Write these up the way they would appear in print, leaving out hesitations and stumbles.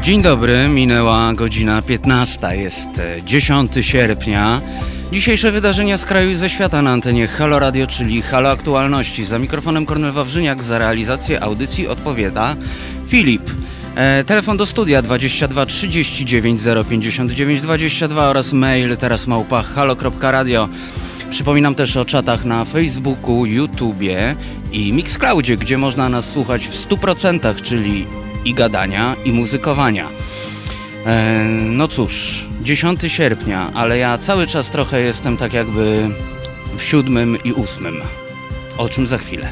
Dzień dobry, minęła godzina 15, jest 10 sierpnia. Dzisiejsze wydarzenia z kraju i ze świata na antenie Halo Radio, czyli Halo Aktualności. Za mikrofonem Kornel Wawrzyniak, za realizację audycji odpowiada Filip. Telefon do studia 22 39 059 22 oraz mail teraz @halo.radio. Przypominam też o czatach na Facebooku, YouTubie i Mixcloudzie, gdzie można nas słuchać w 100%, czyli i gadania, i muzykowania. No cóż, 10 sierpnia, ale ja cały czas trochę jestem tak jakby w 7 i 8. O czym za chwilę.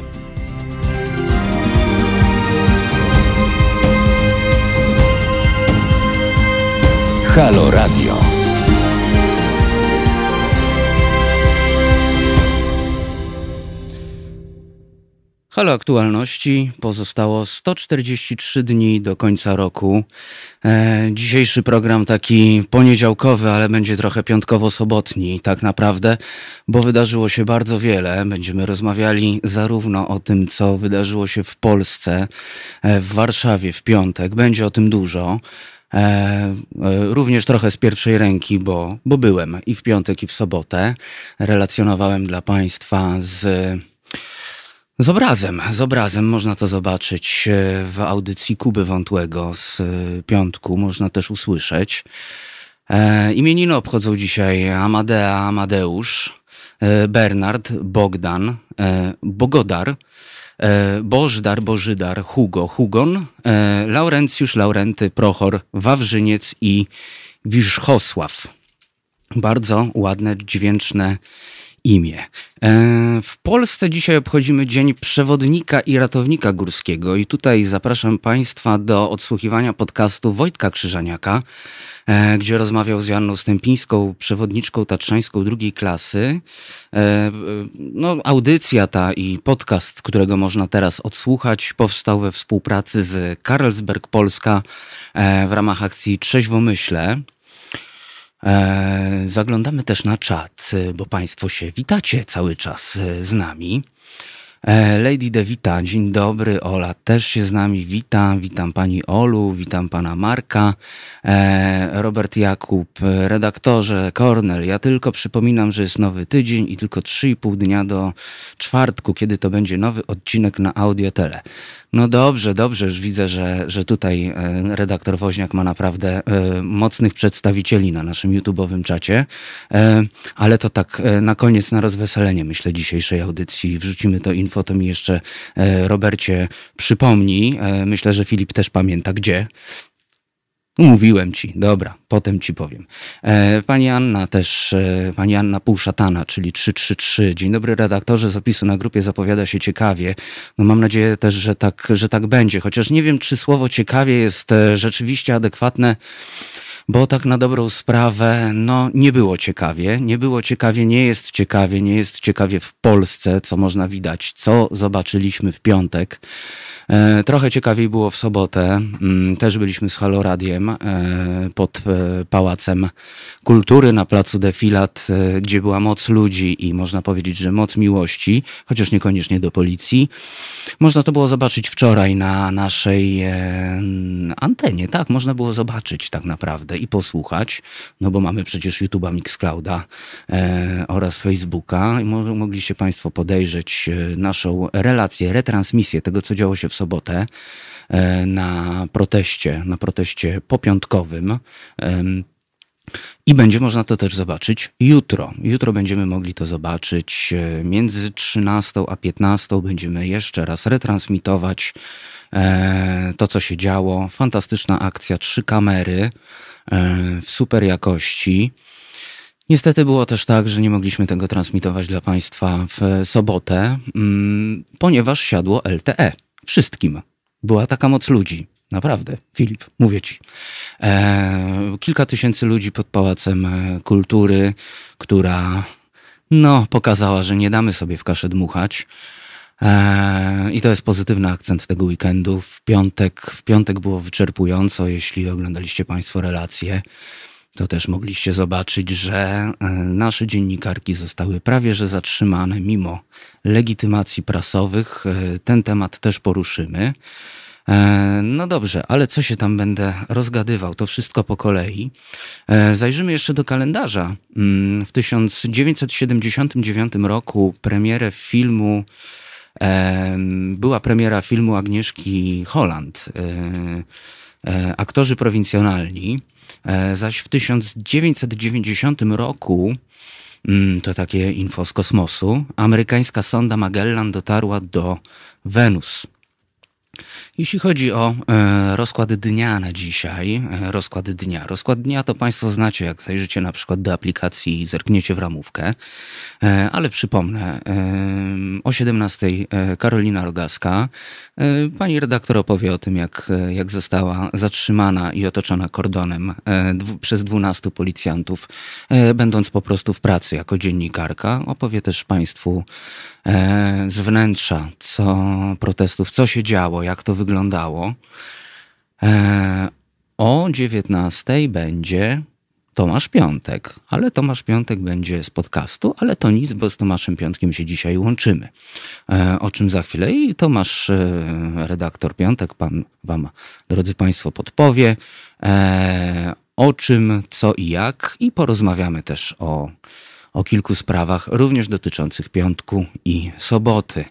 Halo Radio. Halo Aktualności. Pozostało 143 dni do końca roku. Dzisiejszy program taki poniedziałkowy, ale będzie trochę piątkowo-sobotni tak naprawdę, bo wydarzyło się bardzo wiele. Będziemy rozmawiali zarówno o tym, co wydarzyło się w Polsce, w Warszawie w piątek. Będzie o tym dużo. Również trochę z pierwszej ręki, bo byłem i w piątek, i w sobotę. Relacjonowałem dla Państwa z obrazem. Można to zobaczyć w audycji Kuby Wątłego z piątku. Można też usłyszeć. Imieniny obchodzą dzisiaj Amadea, Amadeusz, Bernard, Bogdan, Bogodar, Bożdar, Bożydar, Hugo, Hugon, Laurencjusz, Laurenty, Prochor, Wawrzyniec i Wierzchosław. Bardzo ładne, dźwięczne imię. W Polsce dzisiaj obchodzimy Dzień Przewodnika i Ratownika Górskiego i tutaj zapraszam Państwa do odsłuchiwania podcastu Wojtka Krzyżaniaka, gdzie rozmawiał z Joanną Stępińską, przewodniczką tatrzańską drugiej klasy. Audycja ta i podcast, którego można teraz odsłuchać, powstał we współpracy z Carlsberg Polska w ramach akcji Trzeźwo Myślę. Zaglądamy też na czat, bo Państwo się witacie cały czas z nami. Lady Devita, dzień dobry. Ola też się z nami wita. Witam Pani Olu, witam Pana Marka. Robert Jakub, redaktorze, Kornel. Ja tylko przypominam, że jest nowy tydzień i tylko 3,5 dnia do czwartku, kiedy to będzie nowy odcinek na Audiotele. No dobrze, już widzę, że tutaj redaktor Woźniak ma naprawdę mocnych przedstawicieli na naszym YouTube'owym czacie, ale to tak na koniec, na rozweselenie, myślę, dzisiejszej audycji wrzucimy to info, to mi jeszcze Robercie przypomnij. Myślę, że Filip też pamięta gdzie. Mówiłem ci, dobra, potem ci powiem. Pani Anna też, pani Anna Półszatana, czyli 333. Dzień dobry redaktorze, z opisu na grupie zapowiada się ciekawie. No mam nadzieję też, że tak będzie, chociaż nie wiem, czy słowo ciekawie jest rzeczywiście adekwatne, bo tak na dobrą sprawę, nie było ciekawie, nie jest ciekawie w Polsce, co można widać, co zobaczyliśmy w piątek. Trochę ciekawiej było w sobotę. Też byliśmy z Halo Radiem pod Pałacem Kultury na placu Defilat, gdzie była moc ludzi i można powiedzieć, że moc miłości, chociaż niekoniecznie do policji. Można to było zobaczyć wczoraj na naszej antenie. Tak, można było zobaczyć tak naprawdę i posłuchać, bo mamy przecież YouTube'a, Mixclouda oraz Facebooka i mogliście Państwo podejrzeć naszą relację, retransmisję tego, co działo się w sobotę na proteście popiątkowym. I będzie można to też zobaczyć jutro. Jutro będziemy mogli to zobaczyć między 13 a 15. Będziemy jeszcze raz retransmitować to, co się działo. Fantastyczna akcja, 3 kamery w super jakości. Niestety było też tak, że nie mogliśmy tego transmitować dla Państwa w sobotę, ponieważ siadło LTE. Wszystkim. Była taka moc ludzi. Naprawdę, Filip, mówię ci. Kilka tysięcy ludzi pod Pałacem Kultury, która pokazała, że nie damy sobie w kaszę dmuchać. I to jest pozytywny akcent tego weekendu. W piątek było wyczerpująco. Jeśli oglądaliście Państwo relacje, to też mogliście zobaczyć, że nasze dziennikarki zostały prawie że zatrzymane mimo legitymacji prasowych. Ten temat też poruszymy. No dobrze, ale co się tam będę rozgadywał? To wszystko po kolei. Zajrzymy jeszcze do kalendarza. W 1979 roku była premiera filmu Agnieszki Holland, Aktorzy prowincjonalni, zaś w 1990 roku, to takie info z kosmosu, amerykańska sonda Magellan dotarła do Wenus. Jeśli chodzi o rozkład dnia na dzisiaj, rozkład dnia to Państwo znacie, jak zajrzycie na przykład do aplikacji i zerkniecie w ramówkę, ale przypomnę, o 17 Karolina Rogaska, pani redaktor opowie o tym, jak została zatrzymana i otoczona kordonem przez 12 policjantów, będąc po prostu w pracy jako dziennikarka. Opowie też Państwu z wnętrza protestów, co się działo, jak to wyglądało. O 19 będzie Tomasz Piątek, ale Tomasz Piątek będzie z podcastu, ale to nic, bo z Tomaszem Piątkiem się dzisiaj łączymy. O czym za chwilę i Tomasz, redaktor Piątek, pan wam, drodzy Państwo, podpowie, o czym, co i jak, i porozmawiamy też o kilku sprawach, również dotyczących piątku i soboty.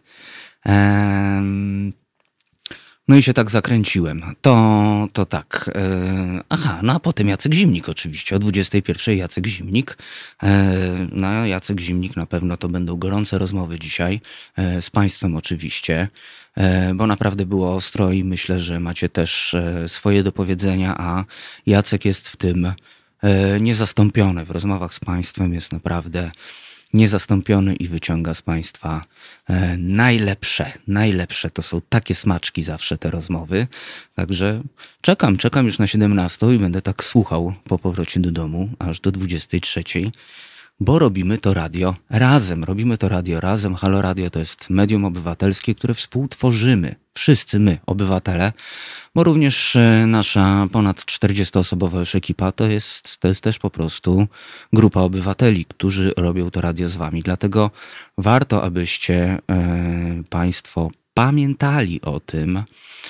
No i się tak zakręciłem. To tak. No a potem Jacek Zimnik oczywiście. O 21 Jacek Zimnik. No Jacek Zimnik na pewno to będą gorące rozmowy dzisiaj. Z Państwem oczywiście. Bo naprawdę było ostro i myślę, że macie też swoje do powiedzenia, a Jacek jest w tym niezastąpiony. W rozmowach z Państwem jest naprawdę niezastąpiony i wyciąga z Państwa najlepsze. To są takie smaczki zawsze te rozmowy. Także czekam już na 17 i będę tak słuchał po powrocie do domu aż do 23, bo robimy to radio razem. Halo Radio to jest medium obywatelskie, które współtworzymy. Wszyscy my, obywatele, bo również nasza ponad 40-osobowa już ekipa to jest też po prostu grupa obywateli, którzy robią to radio z wami. Dlatego warto, abyście Państwo pamiętali o tym,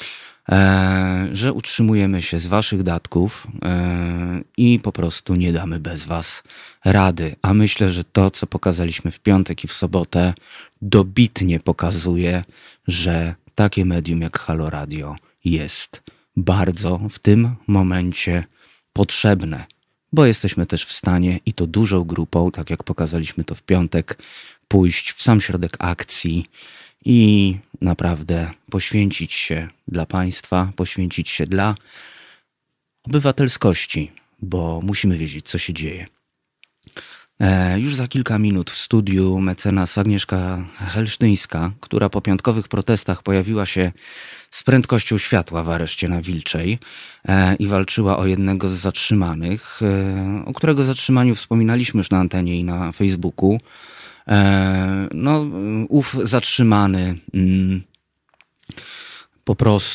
że utrzymujemy się z waszych datków i po prostu nie damy bez was rady. A myślę, że to, co pokazaliśmy w piątek i w sobotę, dobitnie pokazuje, że takie medium jak Halo Radio jest bardzo w tym momencie potrzebne, bo jesteśmy też w stanie, i to dużą grupą, tak jak pokazaliśmy to w piątek, pójść w sam środek akcji i naprawdę poświęcić się dla państwa, poświęcić się dla obywatelskości, bo musimy wiedzieć, co się dzieje. Już za kilka minut w studiu mecenas Agnieszka Helsztyńska, która po piątkowych protestach pojawiła się z prędkością światła w areszcie na Wilczej i walczyła o jednego z zatrzymanych, o którego zatrzymaniu wspominaliśmy już na antenie i na Facebooku. No, ów zatrzymany po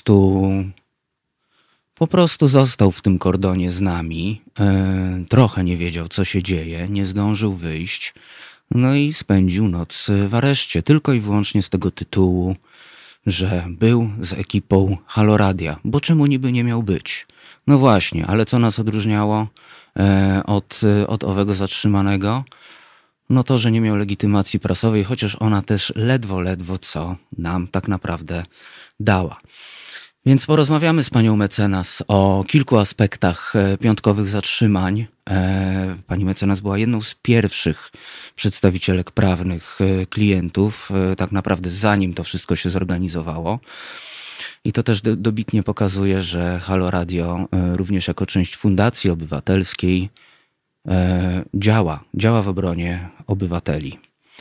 prostu został w tym kordonie z nami. Trochę nie wiedział, co się dzieje, nie zdążył wyjść. No i spędził noc w areszcie, tylko i wyłącznie z tego tytułu, że był z ekipą Halo Radia. Bo czemu niby nie miał być? No właśnie, ale co nas odróżniało od owego zatrzymanego? No to, że nie miał legitymacji prasowej, chociaż ona też ledwo co nam tak naprawdę dała. Więc porozmawiamy z panią mecenas o kilku aspektach piątkowych zatrzymań. Pani mecenas była jedną z pierwszych przedstawicielek prawnych klientów, tak naprawdę zanim to wszystko się zorganizowało. I to też dobitnie pokazuje, że Halo Radio również jako część Fundacji Obywatelskiej działa w obronie obywateli.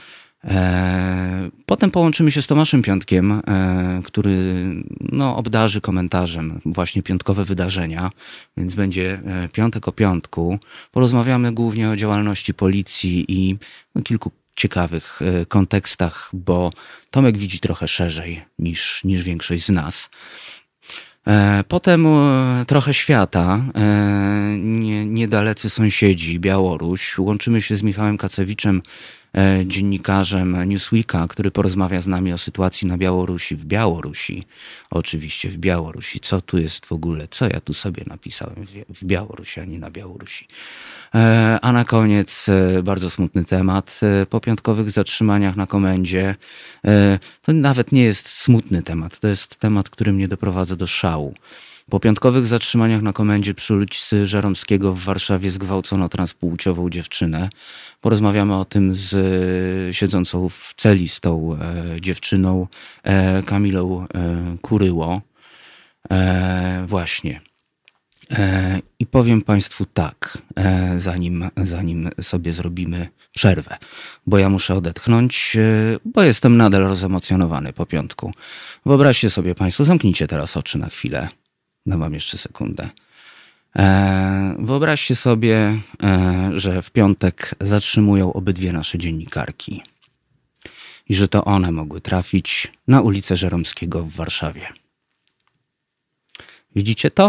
Potem połączymy się z Tomaszem Piątkiem, który obdarzy komentarzem właśnie piątkowe wydarzenia, więc będzie piątek o piątku. Porozmawiamy głównie o działalności policji i kilku ciekawych kontekstach, bo Tomek widzi trochę szerzej niż większość z nas. Potem trochę świata, niedalecy sąsiedzi, Białoruś. Łączymy się z Michałem Kacewiczem, dziennikarzem Newsweeka, który porozmawia z nami o sytuacji na Białorusi, oczywiście w Białorusi. Co tu jest w ogóle? Co ja tu sobie napisałem w Białorusi, a nie na Białorusi? A na koniec bardzo smutny temat. Po piątkowych zatrzymaniach na komendzie, to nawet nie jest smutny temat, to jest temat, który mnie doprowadza do szału. Po piątkowych zatrzymaniach na komendzie przy ulicy Żeromskiego w Warszawie zgwałcono transpłciową dziewczynę. Porozmawiamy o tym z siedzącą w celi z tą dziewczyną Kamilą Kuryło. Właśnie. I powiem Państwu tak, zanim sobie zrobimy przerwę, bo ja muszę odetchnąć, bo jestem nadal rozemocjonowany po piątku. Wyobraźcie sobie Państwo, zamknijcie teraz oczy na chwilę. Dam wam jeszcze sekundę. Wyobraźcie sobie, że w piątek zatrzymują obydwie nasze dziennikarki i że to one mogły trafić na ulicę Żeromskiego w Warszawie. Widzicie to?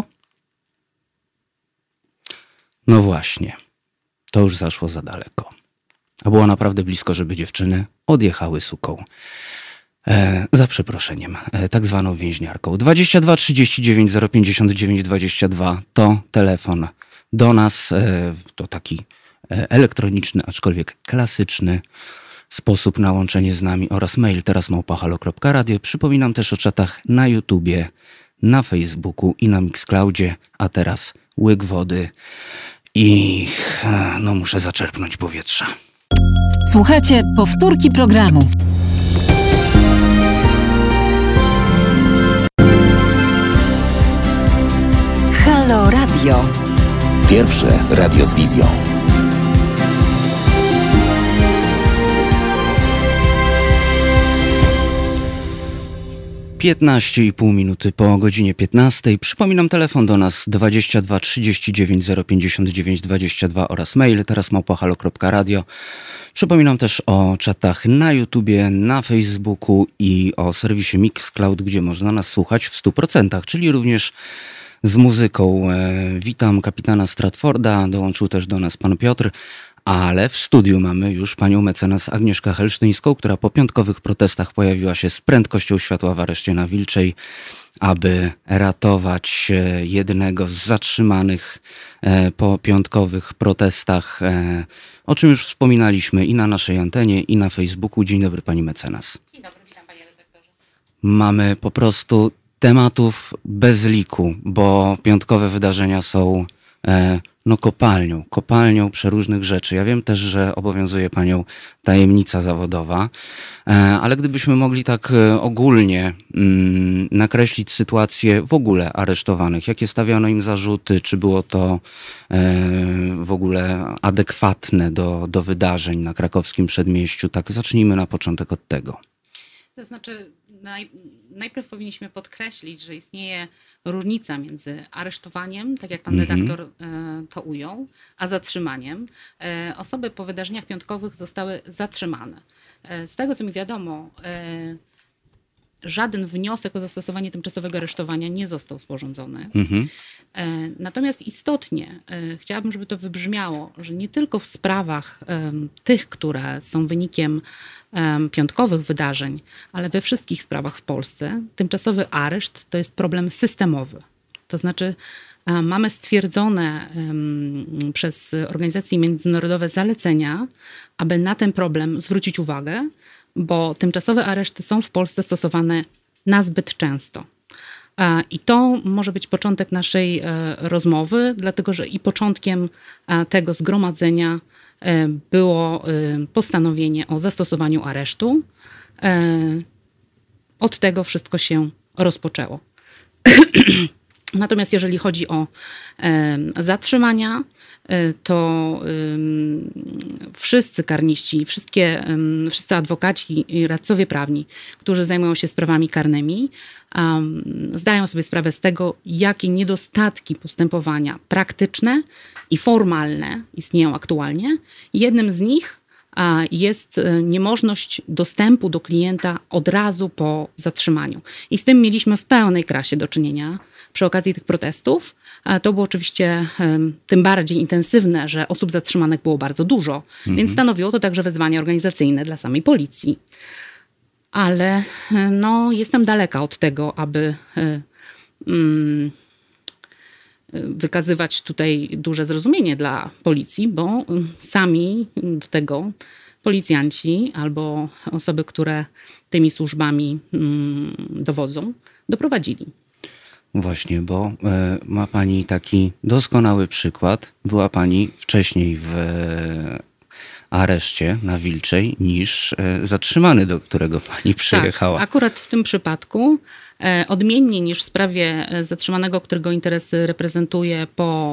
No właśnie, to już zaszło za daleko. A było naprawdę blisko, żeby dziewczyny odjechały suką. Za przeproszeniem, tak zwaną więźniarką. 22 39 059 22 to telefon do nas. To taki elektroniczny, aczkolwiek klasyczny sposób na łączenie z nami oraz mail teraz@halo.radio. Przypominam też o czatach na YouTubie, na Facebooku i na Mixcloudzie. A teraz łyk wody i no muszę zaczerpnąć powietrza. Słuchajcie, powtórki programu. Halo Radio. Pierwsze radio z wizją. 15,5 minuty po godzinie 15. Przypominam, telefon do nas 22 39 059 22 oraz mail teraz@halo.radio. Przypominam też o czatach na YouTubie, na Facebooku i o serwisie Mixcloud, gdzie można nas słuchać w 100%, czyli również z muzyką. Witam kapitana Stratforda, dołączył też do nas pan Piotr, ale w studiu mamy już panią mecenas Agnieszkę Helsztyńską, która po piątkowych protestach pojawiła się z prędkością światła w areszcie na Wilczej, aby ratować jednego z zatrzymanych po piątkowych protestach, o czym już wspominaliśmy i na naszej antenie, i na Facebooku. Dzień dobry pani mecenas. Dzień dobry, witam panie redaktorze. Mamy po prostu tematów bez liku, bo piątkowe wydarzenia są kopalnią przeróżnych rzeczy. Ja wiem też, że obowiązuje panią tajemnica zawodowa, ale gdybyśmy mogli tak ogólnie nakreślić sytuację w ogóle aresztowanych, jakie stawiano im zarzuty, czy było to w ogóle adekwatne do wydarzeń na krakowskim przedmieściu, tak zacznijmy na początek od tego. To znaczy najpierw powinniśmy podkreślić, że istnieje różnica między aresztowaniem, tak jak pan redaktor to ujął, a zatrzymaniem. Osoby po wydarzeniach piątkowych zostały zatrzymane. Z tego, co mi wiadomo, żaden wniosek o zastosowanie tymczasowego aresztowania nie został sporządzony. Natomiast istotnie chciałabym, żeby to wybrzmiało, że nie tylko w sprawach tych, które są wynikiem piątkowych wydarzeń, ale we wszystkich sprawach w Polsce tymczasowy areszt to jest problem systemowy. To znaczy mamy stwierdzone przez organizacje międzynarodowe zalecenia, aby na ten problem zwrócić uwagę, bo tymczasowe areszty są w Polsce stosowane nazbyt często. I to może być początek naszej rozmowy, dlatego że i początkiem tego zgromadzenia było postanowienie o zastosowaniu aresztu. Od tego wszystko się rozpoczęło. Natomiast jeżeli chodzi o zatrzymania, to wszyscy karniści, wszyscy adwokaci i radcowie prawni, którzy zajmują się sprawami karnymi, zdają sobie sprawę z tego, jakie niedostatki postępowania praktyczne i formalne istnieją aktualnie. Jednym z nich jest niemożność dostępu do klienta od razu po zatrzymaniu. I z tym mieliśmy w pełnej krasie do czynienia przy okazji tych protestów, To było oczywiście tym bardziej intensywne, że osób zatrzymanych było bardzo dużo, więc stanowiło to także wyzwanie organizacyjne dla samej policji. Ale no, jestem daleka od tego, aby wykazywać tutaj duże zrozumienie dla policji, bo sami do tego policjanci albo osoby, które tymi służbami dowodzą, doprowadzili. Właśnie, bo ma pani taki doskonały przykład. Była pani wcześniej w areszcie na Wilczej niż zatrzymany, do którego pani przyjechała. Tak, akurat w tym przypadku, odmiennie niż w sprawie zatrzymanego, którego interesy reprezentuje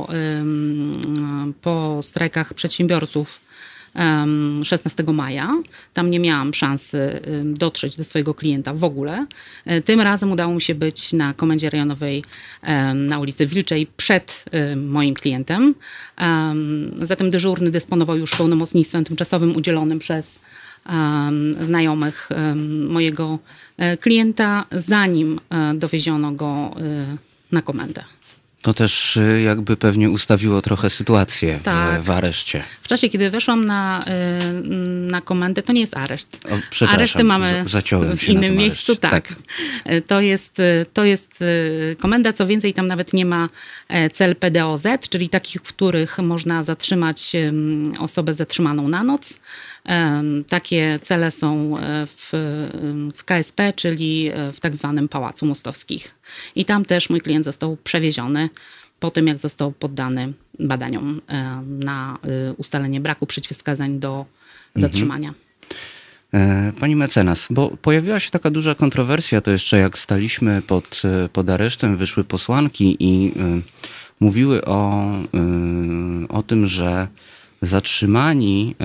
po strajkach przedsiębiorców 16 maja. Tam nie miałam szansy dotrzeć do swojego klienta w ogóle. Tym razem udało mi się być na komendzie rejonowej na ulicy Wilczej przed moim klientem. Zatem dyżurny dysponował już pełnomocnictwem tymczasowym udzielonym przez znajomych mojego klienta, zanim dowieziono go na komendę. To też jakby pewnie ustawiło trochę sytuację w areszcie. W czasie, kiedy weszłam na komendę, to nie jest areszt. Areszty mamy w innym miejscu. Tak. To jest komenda, co więcej, tam nawet nie ma cel PDOZ, czyli takich, w których można zatrzymać osobę zatrzymaną na noc. Takie cele są w KSP, czyli w tak zwanym Pałacu Mostowskich. I tam też mój klient został przewieziony po tym, jak został poddany badaniom na ustalenie braku przeciwwskazań do zatrzymania. Pani mecenas, bo pojawiła się taka duża kontrowersja, to jeszcze jak staliśmy pod aresztem, wyszły posłanki i mówiły o tym, że zatrzymani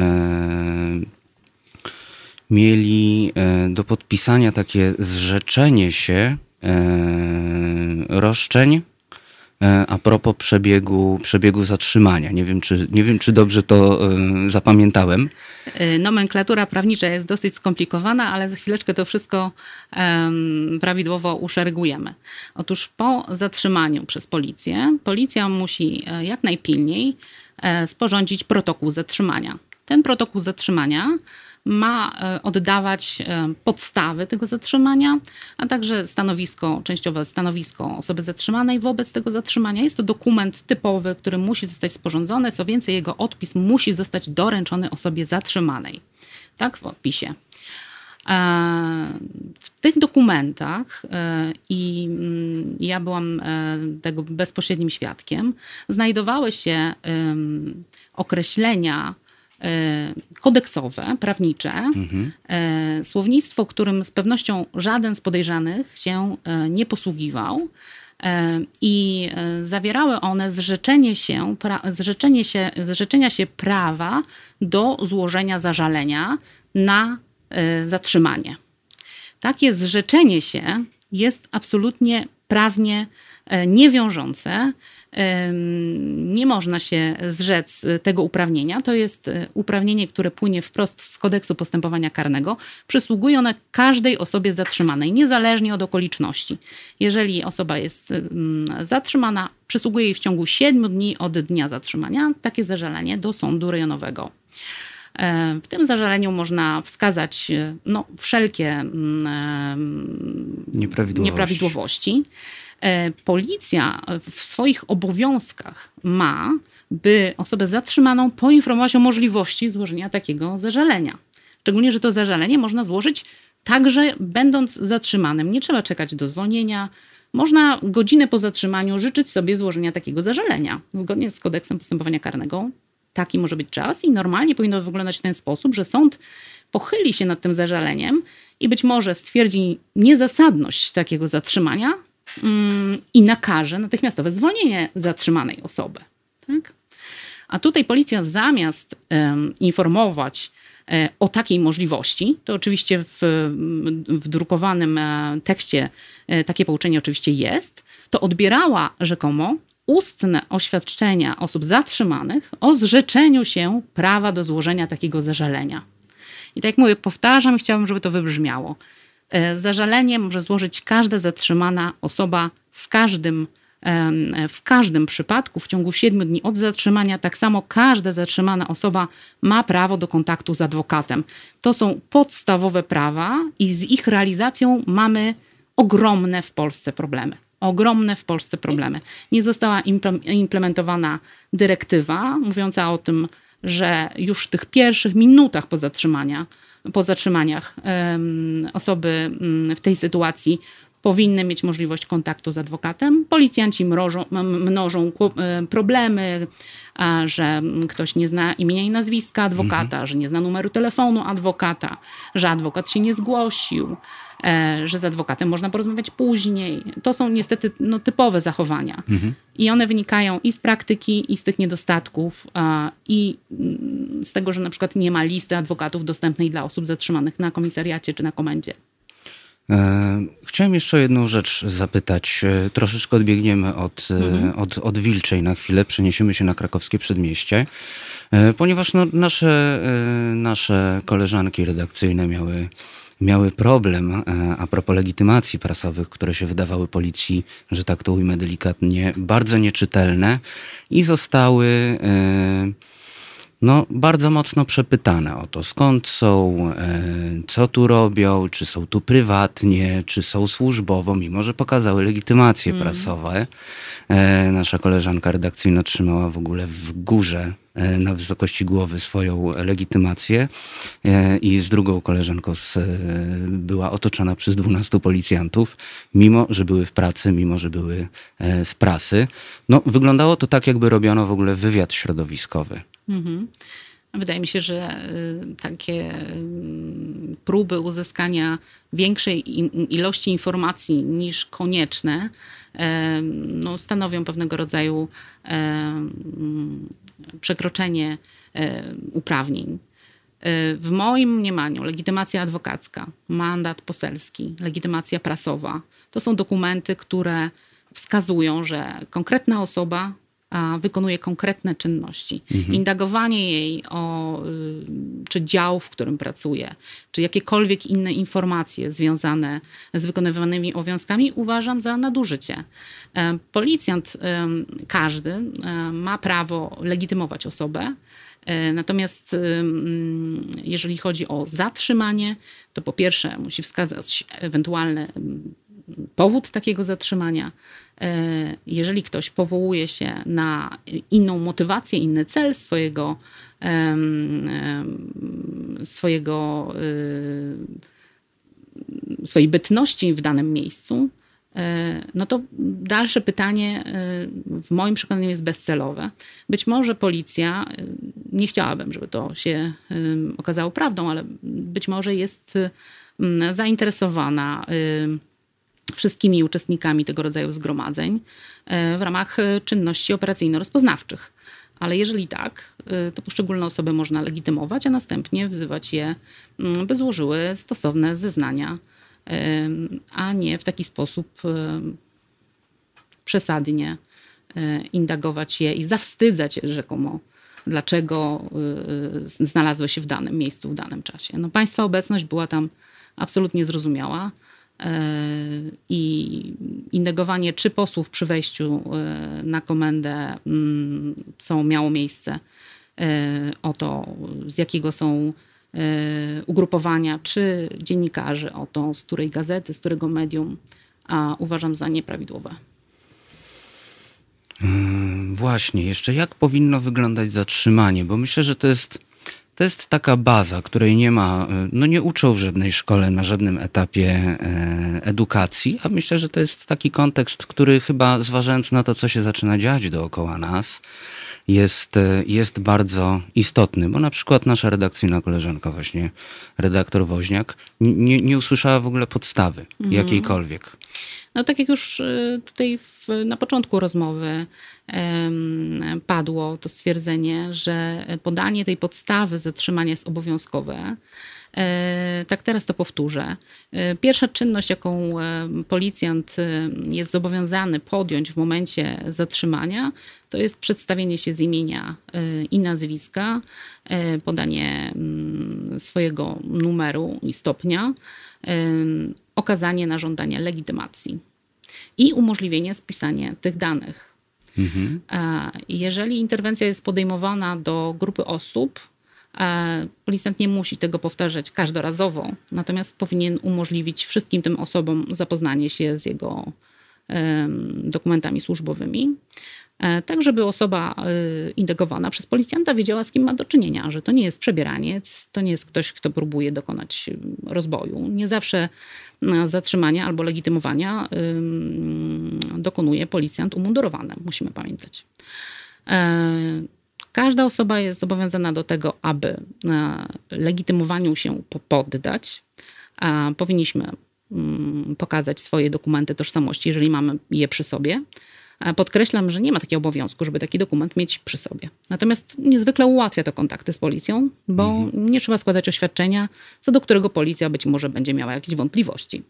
mieli do podpisania takie zrzeczenie się roszczeń a propos przebiegu zatrzymania. Nie wiem, czy dobrze to zapamiętałem. Nomenklatura prawnicza jest dosyć skomplikowana, ale za chwileczkę to wszystko prawidłowo uszeregujemy. Otóż po zatrzymaniu przez policję, policja musi jak najpilniej sporządzić protokół zatrzymania. Ten protokół zatrzymania ma oddawać podstawy tego zatrzymania, a także częściowe stanowisko osoby zatrzymanej wobec tego zatrzymania. Jest to dokument typowy, który musi zostać sporządzony. Co więcej, jego odpis musi zostać doręczony osobie zatrzymanej. Tak, w odpisie. W tych dokumentach, i ja byłam tego bezpośrednim świadkiem, znajdowały się określenia kodeksowe, prawnicze, słownictwo, którym z pewnością żaden z podejrzanych się nie posługiwał i zawierały one zrzeczenia się prawa do złożenia zażalenia na zatrzymanie. Takie zrzeczenie się jest absolutnie prawnie niewiążące. Nie można się zrzec tego uprawnienia. To jest uprawnienie, które płynie wprost z kodeksu postępowania karnego. Przysługuje ono każdej osobie zatrzymanej, niezależnie od okoliczności. Jeżeli osoba jest zatrzymana, przysługuje jej w ciągu 7 dni od dnia zatrzymania takie zażalenie do sądu rejonowego. W tym zażaleniu można wskazać wszelkie nieprawidłowości. Policja w swoich obowiązkach ma, by osobę zatrzymaną poinformować o możliwości złożenia takiego zażalenia. Szczególnie, że to zażalenie można złożyć także będąc zatrzymanym. Nie trzeba czekać do zwolnienia. Można godzinę po zatrzymaniu życzyć sobie złożenia takiego zażalenia. Zgodnie z kodeksem postępowania karnego taki może być czas i normalnie powinno wyglądać w ten sposób, że sąd pochyli się nad tym zażaleniem i być może stwierdzi niezasadność takiego zatrzymania i nakaże natychmiastowe zwolnienie zatrzymanej osoby. Tak? A tutaj policja zamiast informować o takiej możliwości, to oczywiście w drukowanym tekście takie pouczenie oczywiście jest, to odbierała rzekomo ustne oświadczenia osób zatrzymanych o zrzeczeniu się prawa do złożenia takiego zażalenia. I tak jak mówię, powtarzam i chciałabym, żeby to wybrzmiało. Zażalenie może złożyć każda zatrzymana osoba w każdym w każdym przypadku w ciągu 7 dni od zatrzymania, tak samo każda zatrzymana osoba ma prawo do kontaktu z adwokatem. To są podstawowe prawa i z ich realizacją mamy ogromne w Polsce problemy. Ogromne w Polsce problemy. Nie została implementowana dyrektywa mówiąca o tym, że już w tych pierwszych minutach po zatrzymaniach osoby w tej sytuacji powinny mieć możliwość kontaktu z adwokatem. Policjanci mnożą problemy, że ktoś nie zna imienia i nazwiska adwokata, że nie zna numeru telefonu adwokata, że adwokat się nie zgłosił, że z adwokatem można porozmawiać później. To są niestety typowe zachowania. I one wynikają i z praktyki, i z tych niedostatków, i z tego, że na przykład nie ma listy adwokatów dostępnej dla osób zatrzymanych na komisariacie czy na komendzie. Chciałem jeszcze o jedną rzecz zapytać. Troszeczkę odbiegniemy od Wilczej na chwilę, przeniesiemy się na krakowskie przedmieście, ponieważ nasze koleżanki redakcyjne miały problem a propos legitymacji prasowych, które się wydawały policji, że tak to ujmę delikatnie, bardzo nieczytelne i zostały bardzo mocno przepytane o to, skąd są, co tu robią, czy są tu prywatnie, czy są służbowo, mimo że pokazały legitymacje prasowe. Nasza koleżanka redakcyjna trzymała w ogóle w górze, na wysokości głowy swoją legitymację i z drugą koleżanką była otoczona przez 12 policjantów, mimo że były w pracy, mimo że były z prasy. Wyglądało to tak, jakby robiono w ogóle wywiad środowiskowy. Wydaje mi się, że takie próby uzyskania większej ilości informacji niż konieczne stanowią pewnego rodzaju przekroczenie uprawnień. W moim mniemaniu legitymacja adwokacka, mandat poselski, legitymacja prasowa to są dokumenty, które wskazują, że konkretna osoba wykonuje konkretne czynności. Indagowanie jej czy dział, w którym pracuje, czy jakiekolwiek inne informacje związane z wykonywanymi obowiązkami uważam za nadużycie. Policjant każdy ma prawo legitymować osobę, natomiast jeżeli chodzi o zatrzymanie, to po pierwsze musi wskazać ewentualny powód takiego zatrzymania. Jeżeli ktoś powołuje się na inną motywację, inny cel swojej bytności w danym miejscu, to dalsze pytanie w moim przekonaniu jest bezcelowe. Być może policja, nie chciałabym, żeby to się okazało prawdą, ale być może jest zainteresowana wszystkimi uczestnikami tego rodzaju zgromadzeń w ramach czynności operacyjno-rozpoznawczych. Ale jeżeli tak, to poszczególne osoby można legitymować, a następnie wzywać je, by złożyły stosowne zeznania, a nie w taki sposób przesadnie indagować je i zawstydzać je rzekomo, dlaczego znalazły się w danym miejscu w danym czasie. Państwa obecność była tam absolutnie zrozumiała. I indagowanie 3 posłów przy wejściu na komendę miało miejsce o to, z jakiego są ugrupowania, czy dziennikarzy, o to, z której gazety, z którego medium, uważam za nieprawidłowe. Właśnie, jeszcze jak powinno wyglądać zatrzymanie, bo myślę, że to jest taka baza, której nie ma, nie uczą w żadnej szkole, na żadnym etapie edukacji, a myślę, że to jest taki kontekst, który chyba, zważając na to, co się zaczyna dziać dookoła nas, jest bardzo istotny, bo na przykład nasza redakcyjna koleżanka, właśnie redaktor Woźniak, nie usłyszała w ogóle podstawy jakiejkolwiek. Tak jak już tutaj na początku rozmowy padło to stwierdzenie, że podanie tej podstawy zatrzymania jest obowiązkowe. Tak, teraz to powtórzę. Pierwsza czynność, jaką policjant jest zobowiązany podjąć w momencie zatrzymania, to jest przedstawienie się z imienia i nazwiska, podanie swojego numeru i stopnia, okazanie na żądanie legitymacji. i umożliwienie spisania tych danych. Jeżeli interwencja jest podejmowana do grupy osób, policjant nie musi tego powtarzać każdorazowo, natomiast powinien umożliwić wszystkim tym osobom zapoznanie się z jego dokumentami służbowymi, tak żeby osoba indagowana przez policjanta wiedziała, z kim ma do czynienia, że to nie jest przebieraniec, to nie jest ktoś, kto próbuje dokonać rozboju. Nie zawsze zatrzymania albo legitymowania dokonuje policjant umundurowany, musimy pamiętać. Każda osoba jest zobowiązana do tego, aby legitymowaniu się poddać. Powinniśmy pokazać swoje dokumenty tożsamości, jeżeli mamy je przy sobie. Podkreślam, że nie ma takiego obowiązku, żeby taki dokument mieć przy sobie. Natomiast niezwykle ułatwia to kontakty z policją, bo nie trzeba składać oświadczenia, co do którego policja być może będzie miała jakieś wątpliwości.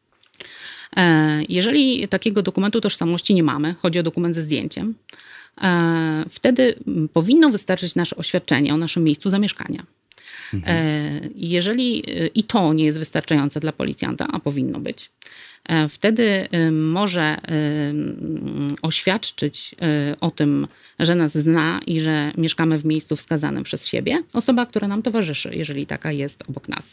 Jeżeli takiego dokumentu tożsamości nie mamy, chodzi o dokument ze zdjęciem, wtedy powinno wystarczyć nasze oświadczenie o naszym miejscu zamieszkania. Jeżeli i to nie jest wystarczające dla policjanta, a powinno być, wtedy może oświadczyć o tym, że nas zna i że mieszkamy w miejscu wskazanym przez siebie osoba, która nam towarzyszy, jeżeli taka jest obok nas.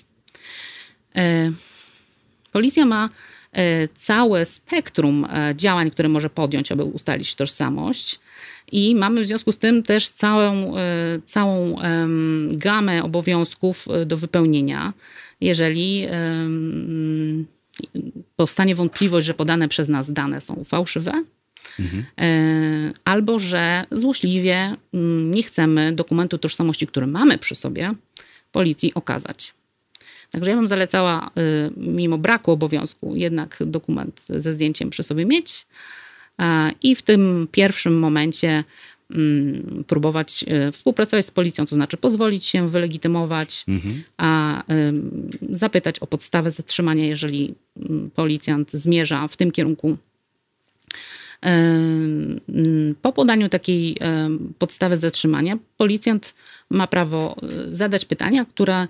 Policja ma całe spektrum działań, które może podjąć, aby ustalić tożsamość. I mamy w związku z tym też całą gamę obowiązków do wypełnienia, jeżeli powstanie wątpliwość, że podane przez nas dane są fałszywe, albo że złośliwie nie chcemy dokumentu tożsamości, który mamy przy sobie, policji okazać. Także ja bym zalecała, mimo braku obowiązku, jednak dokument ze zdjęciem przy sobie mieć i w tym pierwszym momencie próbować współpracować z policją, to znaczy pozwolić się wylegitymować, a zapytać o podstawę zatrzymania, jeżeli policjant zmierza w tym kierunku. Po podaniu takiej podstawy zatrzymania policjant ma prawo zadać pytania, które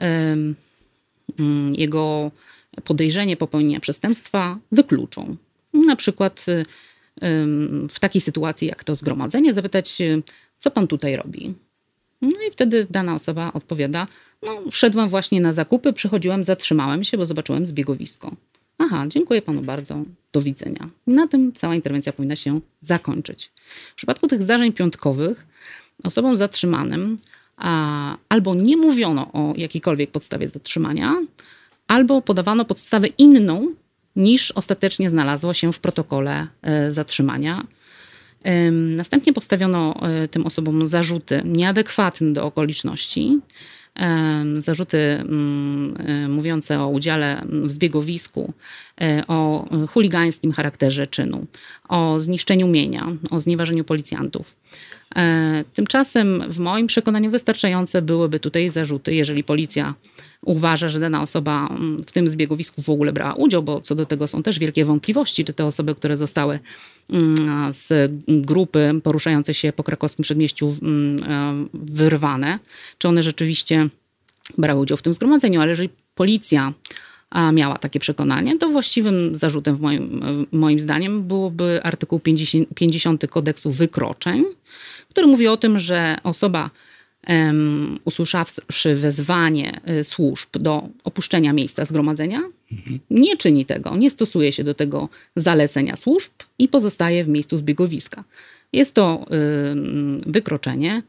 jego podejrzenie popełnienia przestępstwa wykluczą. Na przykład w takiej sytuacji jak to zgromadzenie zapytać, co pan tutaj robi? No i wtedy dana osoba odpowiada, no szedłem właśnie na zakupy, przychodziłem, zatrzymałem się, bo zobaczyłem zbiegowisko. Aha, dziękuję panu bardzo, do widzenia. I na tym cała interwencja powinna się zakończyć. W przypadku tych zdarzeń piątkowych osobom zatrzymanym albo nie mówiono o jakiejkolwiek podstawie zatrzymania, albo podawano podstawę inną, niż ostatecznie znalazło się w protokole zatrzymania. Następnie postawiono tym osobom zarzuty nieadekwatne do okoliczności. Zarzuty mówiące o udziale w zbiegowisku, o chuligańskim charakterze czynu, o zniszczeniu mienia, o znieważeniu policjantów. Tymczasem w moim przekonaniu wystarczające byłyby tutaj zarzuty, jeżeli policja uważa, że dana osoba w tym zbiegowisku w ogóle brała udział, bo co do tego są też wielkie wątpliwości, czy te osoby, które zostały z grupy poruszającej się po krakowskim Przedmieściu wyrwane, czy one rzeczywiście brały udział w tym zgromadzeniu, ale jeżeli policja miała takie przekonanie, to właściwym zarzutem moim zdaniem byłoby artykuł 50 Kodeksu Wykroczeń, który mówi o tym, że osoba usłyszawszy wezwanie służb do opuszczenia miejsca zgromadzenia, nie czyni tego, nie stosuje się do tego zalecenia służb i pozostaje w miejscu zbiegowiska. Jest to wykroczenie.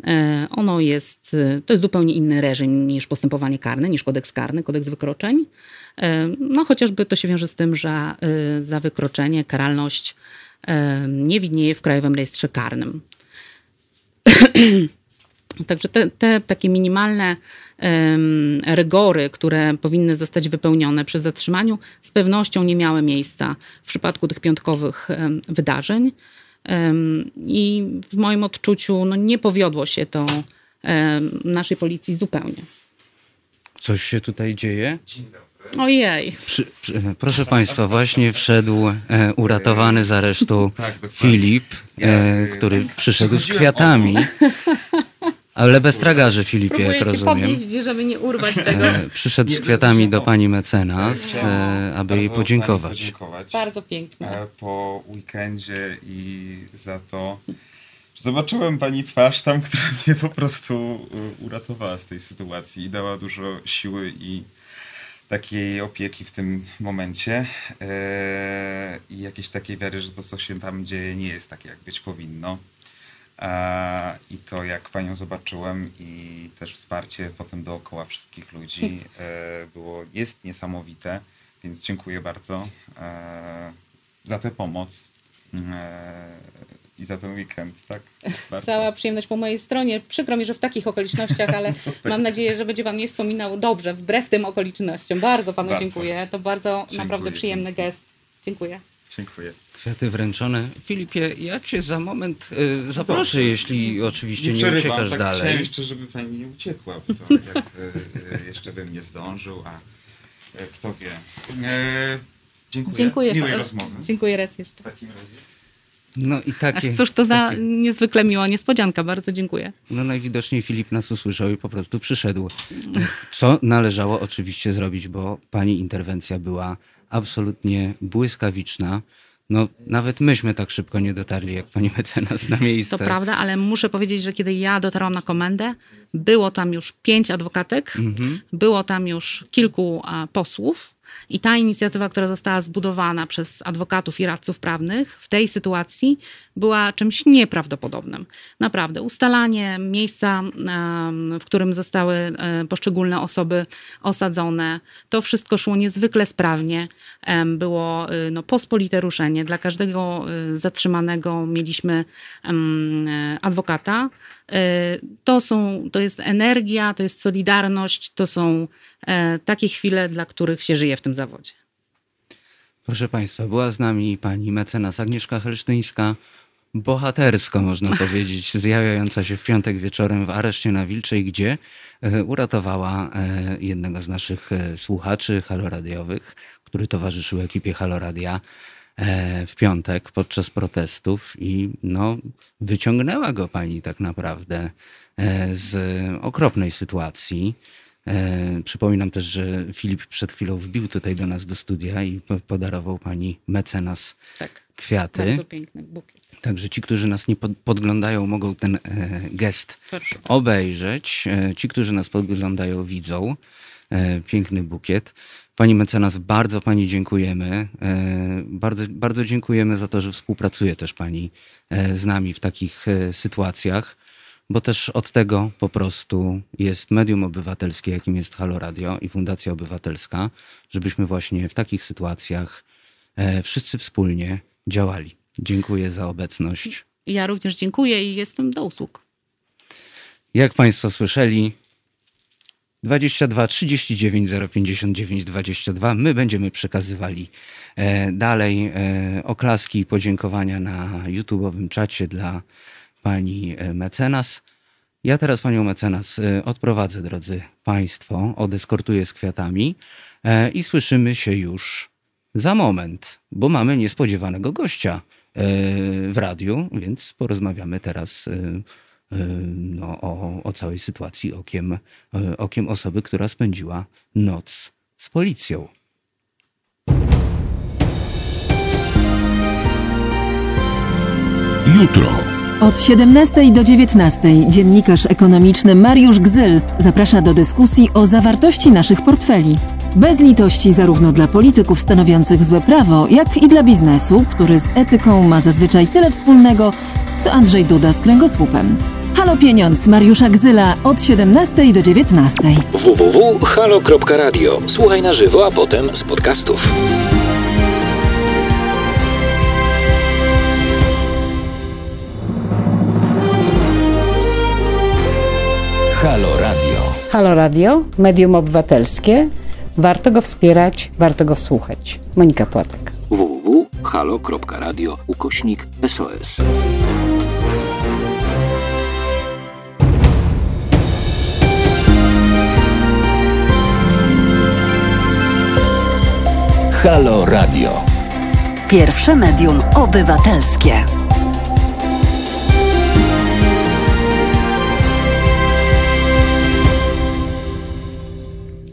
To jest zupełnie inny reżim niż postępowanie karne, niż kodeks karny, kodeks wykroczeń. No chociażby to się wiąże z tym, że za wykroczenie karalność nie widnieje w Krajowym Rejestrze Karnym. Także te takie minimalne rygory, które powinny zostać wypełnione przy zatrzymaniu, z pewnością nie miały miejsca w przypadku tych piątkowych wydarzeń. I w moim odczuciu nie powiodło się to naszej policji zupełnie. Coś się tutaj dzieje? Dzień dobry. Ojej. Proszę państwa, właśnie wszedł uratowany z aresztu Filip, który przyszedł z kwiatami. Ale bez tragarzy, Filipie, Próbuję jak się rozumiem. podnieść, żeby nie urwać tego. Przyszedł z kwiatami do pani mecenas, aby jej podziękować. Bardzo piękne. Po weekendzie i za to, że zobaczyłem pani twarz tam, która mnie po prostu uratowała z tej sytuacji i dała dużo siły i takiej opieki w tym momencie i jakiejś takiej wiary, że to, co się tam dzieje, nie jest takie, jak być powinno. I to, jak panią zobaczyłem i też wsparcie potem dookoła wszystkich ludzi jest niesamowite, więc dziękuję bardzo za tę pomoc i za ten weekend, tak? Bardzo. Cała przyjemność po mojej stronie. Przykro mi, że w takich okolicznościach, ale mam nadzieję, że będzie pan mnie wspominał dobrze, wbrew tym okolicznościom. Bardzo panu dziękuję. To bardzo naprawdę przyjemny gest. Dziękuję. Dziękuję. Kwiaty wręczone. Filipie, ja cię za moment zaproszę, jeśli oczywiście nie uciekasz tak dalej. Chciałem jeszcze, żeby pani nie uciekła, bo to jak jeszcze bym nie zdążył, a kto wie. Dziękuję. Miłej rozmowy. Dziękuję raz jeszcze. W takim razie. No i takie. Cóż to za niezwykle miła niespodzianka. Bardzo dziękuję. No najwidoczniej Filip nas usłyszał i po prostu przyszedł. Co należało oczywiście zrobić, bo pani interwencja była absolutnie błyskawiczna. No nawet myśmy tak szybko nie dotarli, jak pani mecenas na miejsce. To prawda, ale muszę powiedzieć, że kiedy ja dotarłam na komendę, było tam już 5 adwokatek, było tam już kilku posłów i ta inicjatywa, która została zbudowana przez adwokatów i radców prawnych w tej sytuacji była czymś nieprawdopodobnym. Naprawdę. Ustalanie miejsca, w którym zostały poszczególne osoby osadzone, to wszystko szło niezwykle sprawnie. Było pospolite ruszenie. Dla każdego zatrzymanego mieliśmy adwokata. To jest energia, to jest solidarność, to są takie chwile, dla których się żyje w tym zawodzie. Proszę państwa, była z nami pani mecenas Agnieszka Helsztyńska, bohatersko można powiedzieć, zjawiająca się w piątek wieczorem w areszcie na Wilczej, gdzie uratowała jednego z naszych słuchaczy haloradiowych, który towarzyszył ekipie Haloradia w piątek podczas protestów i wyciągnęła go pani tak naprawdę z okropnej sytuacji. Przypominam też, że Filip przed chwilą wbił tutaj do nas do studia i podarował pani mecenas kwiaty. Bardzo piękny bukiet. Także ci, którzy nas nie podglądają, mogą ten gest obejrzeć. Ci, którzy nas podglądają, widzą piękny bukiet. Pani mecenas, bardzo pani dziękujemy. Bardzo, bardzo dziękujemy za to, że współpracuje też pani z nami w takich sytuacjach, bo też od tego po prostu jest medium obywatelskie, jakim jest Halo Radio i Fundacja Obywatelska, żebyśmy właśnie w takich sytuacjach wszyscy wspólnie działali. Dziękuję za obecność. Ja również dziękuję i jestem do usług. Jak państwo słyszeli, 22 39 059 22. My będziemy przekazywali dalej oklaski i podziękowania na YouTube'owym czacie dla pani mecenas. Ja teraz panią mecenas odprowadzę, drodzy państwo, odeskortuję z kwiatami i słyszymy się już za moment, bo mamy niespodziewanego gościa w radiu, więc porozmawiamy teraz o całej sytuacji okiem osoby, która spędziła noc z policją. Jutro. Od 17 do 19 dziennikarz ekonomiczny Mariusz Gzyl zaprasza do dyskusji o zawartości naszych portfeli. Bez litości zarówno dla polityków stanowiących złe prawo, jak i dla biznesu, który z etyką ma zazwyczaj tyle wspólnego, co Andrzej Duda z kręgosłupem. Halo Pieniądz Mariusza Gzyla od 17 do 19. www.halo.radio. Słuchaj na żywo, a potem z podcastów. Halo Radio. Halo Radio, medium obywatelskie. Warto go wspierać, warto go wsłuchać. Monika Płatek. www.halo.radio/SOS. Halo Radio. Pierwsze medium obywatelskie.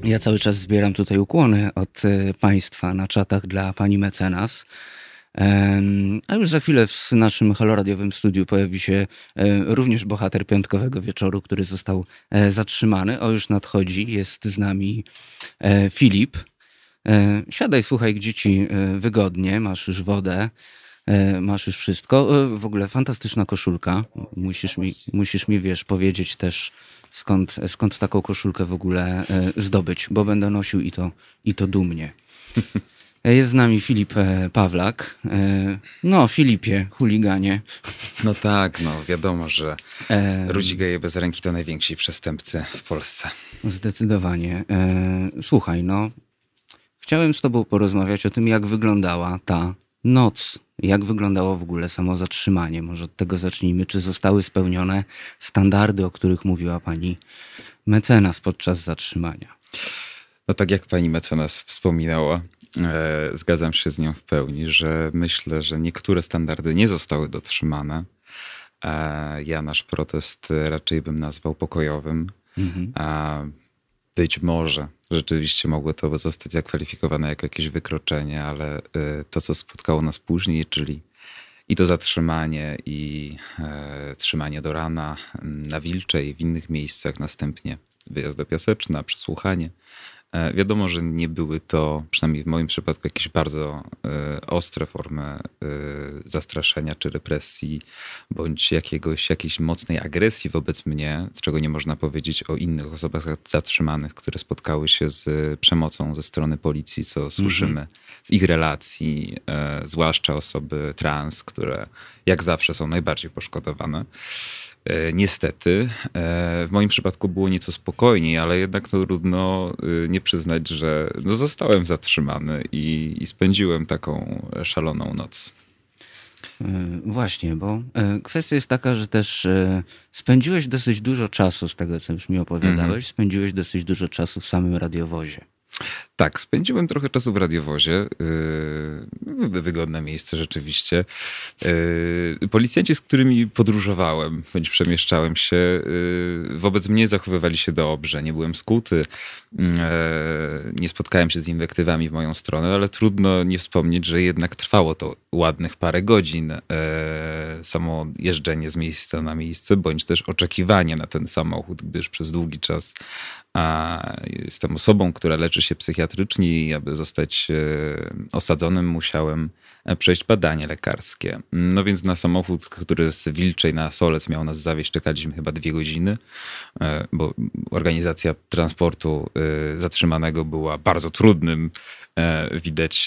Ja cały czas zbieram tutaj ukłony od państwa na czatach dla pani mecenas. A już za chwilę w naszym haloradiowym studiu pojawi się również bohater piątkowego wieczoru, który został zatrzymany. O, już nadchodzi, jest z nami Filip. Siadaj, słuchaj, gdzie ci wygodnie, masz już wodę, masz już wszystko. W ogóle fantastyczna koszulka. Musisz mi, wiesz, powiedzieć też, skąd taką koszulkę w ogóle zdobyć, bo będę nosił i to dumnie. Jest z nami Filip Pawlak. No, Filipie, chuliganie. No tak, no wiadomo, że Rudzi geje bez ręki to najwięksi przestępcy w Polsce. Zdecydowanie. Słuchaj, no, chciałem z tobą porozmawiać o tym, jak wyglądała ta noc. Jak wyglądało w ogóle samo zatrzymanie? Może od tego zacznijmy. Czy zostały spełnione standardy, o których mówiła pani mecenas podczas zatrzymania? No tak jak pani mecenas wspominała, zgadzam się z nią w pełni, że myślę, że niektóre standardy nie zostały dotrzymane. Ja nasz protest raczej bym nazwał pokojowym. Być może rzeczywiście mogło to zostać zakwalifikowane jako jakieś wykroczenie, ale to, co spotkało nas później, czyli i to zatrzymanie, i trzymanie do rana na Wilczej, w innych miejscach, następnie wyjazd do Piaseczna, przesłuchanie. Wiadomo, że nie były to, przynajmniej w moim przypadku, jakieś bardzo ostre formy zastraszenia czy represji, bądź jakiejś mocnej agresji wobec mnie, z czego nie można powiedzieć o innych osobach zatrzymanych, które spotkały się z przemocą ze strony policji, co słyszymy z ich relacji, zwłaszcza osoby trans, które jak zawsze są najbardziej poszkodowane. Niestety, w moim przypadku było nieco spokojniej, ale jednak no, trudno nie przyznać, że no, zostałem zatrzymany i spędziłem taką szaloną noc. Właśnie, bo kwestia jest taka, że też spędziłeś dosyć dużo czasu, z tego co już mi opowiadałeś, spędziłeś dosyć dużo czasu w samym radiowozie. Tak, spędziłem trochę czasu w radiowozie. Wygodne miejsce rzeczywiście. Policjanci, z którymi podróżowałem, bądź przemieszczałem się, wobec mnie zachowywali się dobrze. Nie byłem skuty, nie spotkałem się z inwektywami w moją stronę, ale trudno nie wspomnieć, że jednak trwało to ładnych parę godzin. Samo jeżdżenie z miejsca na miejsce, bądź też oczekiwanie na ten samochód, gdyż przez długi czas jestem osobą, która leczy się psychiatrycznie i aby zostać osadzonym, musiałem przejść badanie lekarskie. No więc na samochód, który z Wilczej na Solec miał nas zawieźć, czekaliśmy chyba 2 godziny, bo organizacja transportu zatrzymanego była bardzo trudnym, widać,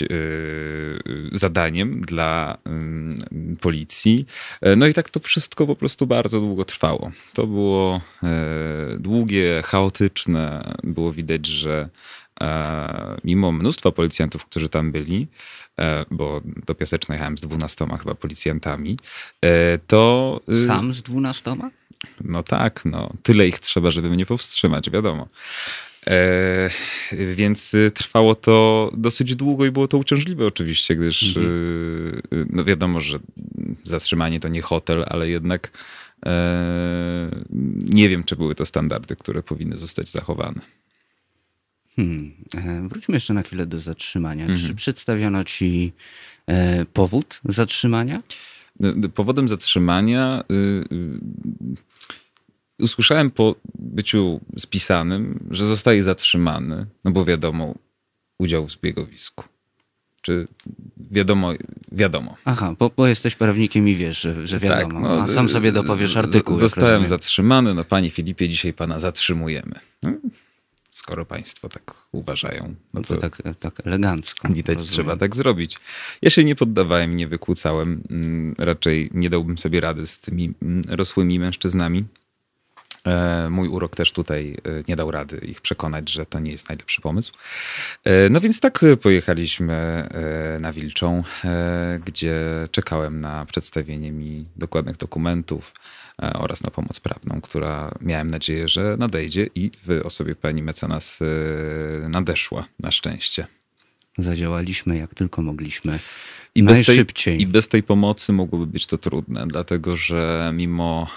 zadaniem dla policji. No i tak to wszystko po prostu bardzo długo trwało. To było długie, chaotyczne. Było widać, że mimo mnóstwa policjantów, którzy tam byli, bo do Piaseczna jechałem z 12 chyba policjantami, to... Sam z 12? No tak, no tyle ich trzeba, żeby mnie powstrzymać, wiadomo. Więc trwało to dosyć długo i było to uciążliwe oczywiście, gdyż no wiadomo, że zatrzymanie to nie hotel, ale jednak nie wiem, czy były to standardy, które powinny zostać zachowane. Wróćmy jeszcze na chwilę do zatrzymania. Czy przedstawiono ci powód zatrzymania? Powodem zatrzymania usłyszałem po byciu spisanym, że zostaje zatrzymany, no bo wiadomo, udział w zbiegowisku. Czy wiadomo. Aha, bo jesteś prawnikiem i wiesz, że wiadomo. Tak, no, a sam sobie dopowiesz artykuł. Zostałem zatrzymany, no panie Filipie, dzisiaj pana zatrzymujemy. Skoro państwo tak uważają. No to tak elegancko. Widać, trzeba tak zrobić. Ja się nie poddawałem, nie wykłócałem. Raczej nie dałbym sobie rady z tymi rosłymi mężczyznami. Mój urok też tutaj nie dał rady ich przekonać, że to nie jest najlepszy pomysł. No więc tak pojechaliśmy na Wilczą, gdzie czekałem na przedstawienie mi dokładnych dokumentów oraz na pomoc prawną, która miałem nadzieję, że nadejdzie i w osobie pani mecenas nadeszła na szczęście. Zadziałaliśmy jak tylko mogliśmy. najszybciej. I bez tej pomocy mogłoby być to trudne, dlatego że mimo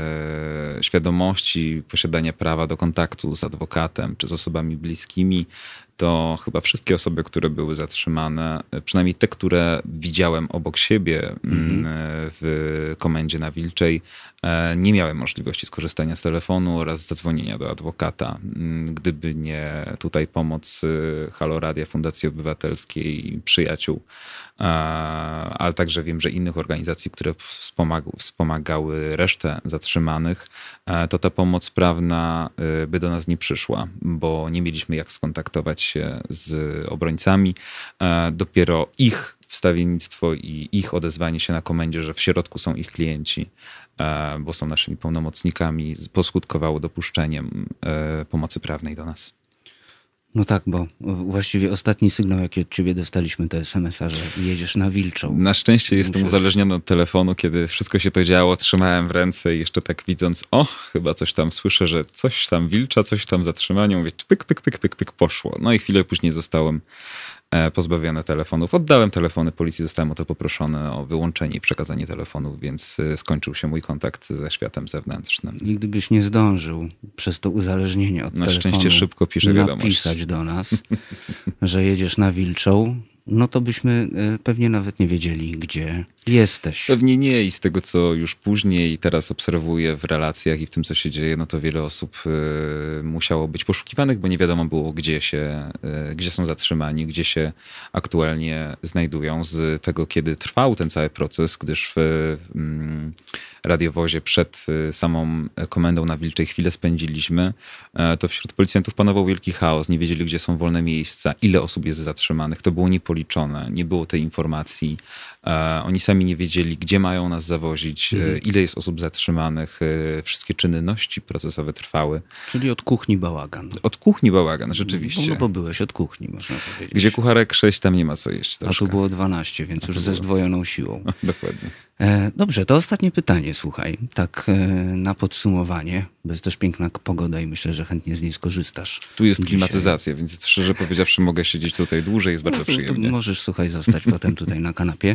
świadomości posiadania prawa do kontaktu z adwokatem czy z osobami bliskimi, to chyba wszystkie osoby, które były zatrzymane, przynajmniej te, które widziałem obok siebie w komendzie na Wilczej, nie miały możliwości skorzystania z telefonu oraz zadzwonienia do adwokata. Gdyby nie tutaj pomoc Halo Radia, Fundacji Obywatelskiej, przyjaciół, ale także wiem, że innych organizacji, które wspomagały resztę zatrzymanych, to ta pomoc prawna by do nas nie przyszła, bo nie mieliśmy jak skontaktować się z obrońcami. Dopiero ich wstawiennictwo i ich odezwanie się na komendzie, że w środku są ich klienci, bo są naszymi pełnomocnikami, poskutkowało dopuszczeniem pomocy prawnej do nas. No tak, bo właściwie ostatni sygnał, jaki od ciebie dostaliśmy, to SMS-a, że jedziesz na Wilczą. Na szczęście jestem uzależniony od telefonu, kiedy wszystko się to działo, trzymałem w ręce i jeszcze tak widząc, chyba coś tam słyszę, że coś tam Wilcza, coś tam zatrzymanie, mówię, pyk, pyk, pyk, pyk, pyk, poszło. No i chwilę później zostałem pozbawiony telefonów. Oddałem telefony policji, zostałem o to poproszony o wyłączenie i przekazanie telefonów, więc skończył się mój kontakt ze światem zewnętrznym. I gdybyś nie zdążył przez to uzależnienie od telefonu na szczęście szybko piszę wiadomość, napisać do nas, że jedziesz na Wilczą, no to byśmy pewnie nawet nie wiedzieli, gdzie jesteś. Pewnie nie i z tego, co już później teraz obserwuję w relacjach i w tym, co się dzieje, no to wiele osób musiało być poszukiwanych, bo nie wiadomo było, gdzie są zatrzymani, gdzie się aktualnie znajdują. Z tego, kiedy trwał ten cały proces, gdyż w radiowozie przed samą komendą na Wilczej chwilę spędziliśmy, to wśród policjantów panował wielki chaos. Nie wiedzieli, gdzie są wolne miejsca, ile osób jest zatrzymanych. To było niepoliczone, nie było tej informacji. Oni sami nie wiedzieli, gdzie mają nas zawozić, ile jest osób zatrzymanych. Wszystkie czynności procesowe trwały. Czyli od kuchni bałagan. Od kuchni bałagan, rzeczywiście. No bo byłeś od kuchni, można powiedzieć. Gdzie kucharek 6, tam nie ma co jeść troszkę. A tu było 12, więc już ze zdwojoną siłą. Dokładnie. Dobrze, to ostatnie pytanie, słuchaj. Tak na podsumowanie, bo jest też piękna pogoda i myślę, że chętnie z niej skorzystasz. Tu jest klimatyzacja, więc szczerze powiedziawszy mogę siedzieć tutaj dłużej, jest bardzo przyjemnie. Możesz, słuchaj, zostać potem tutaj na kanapie.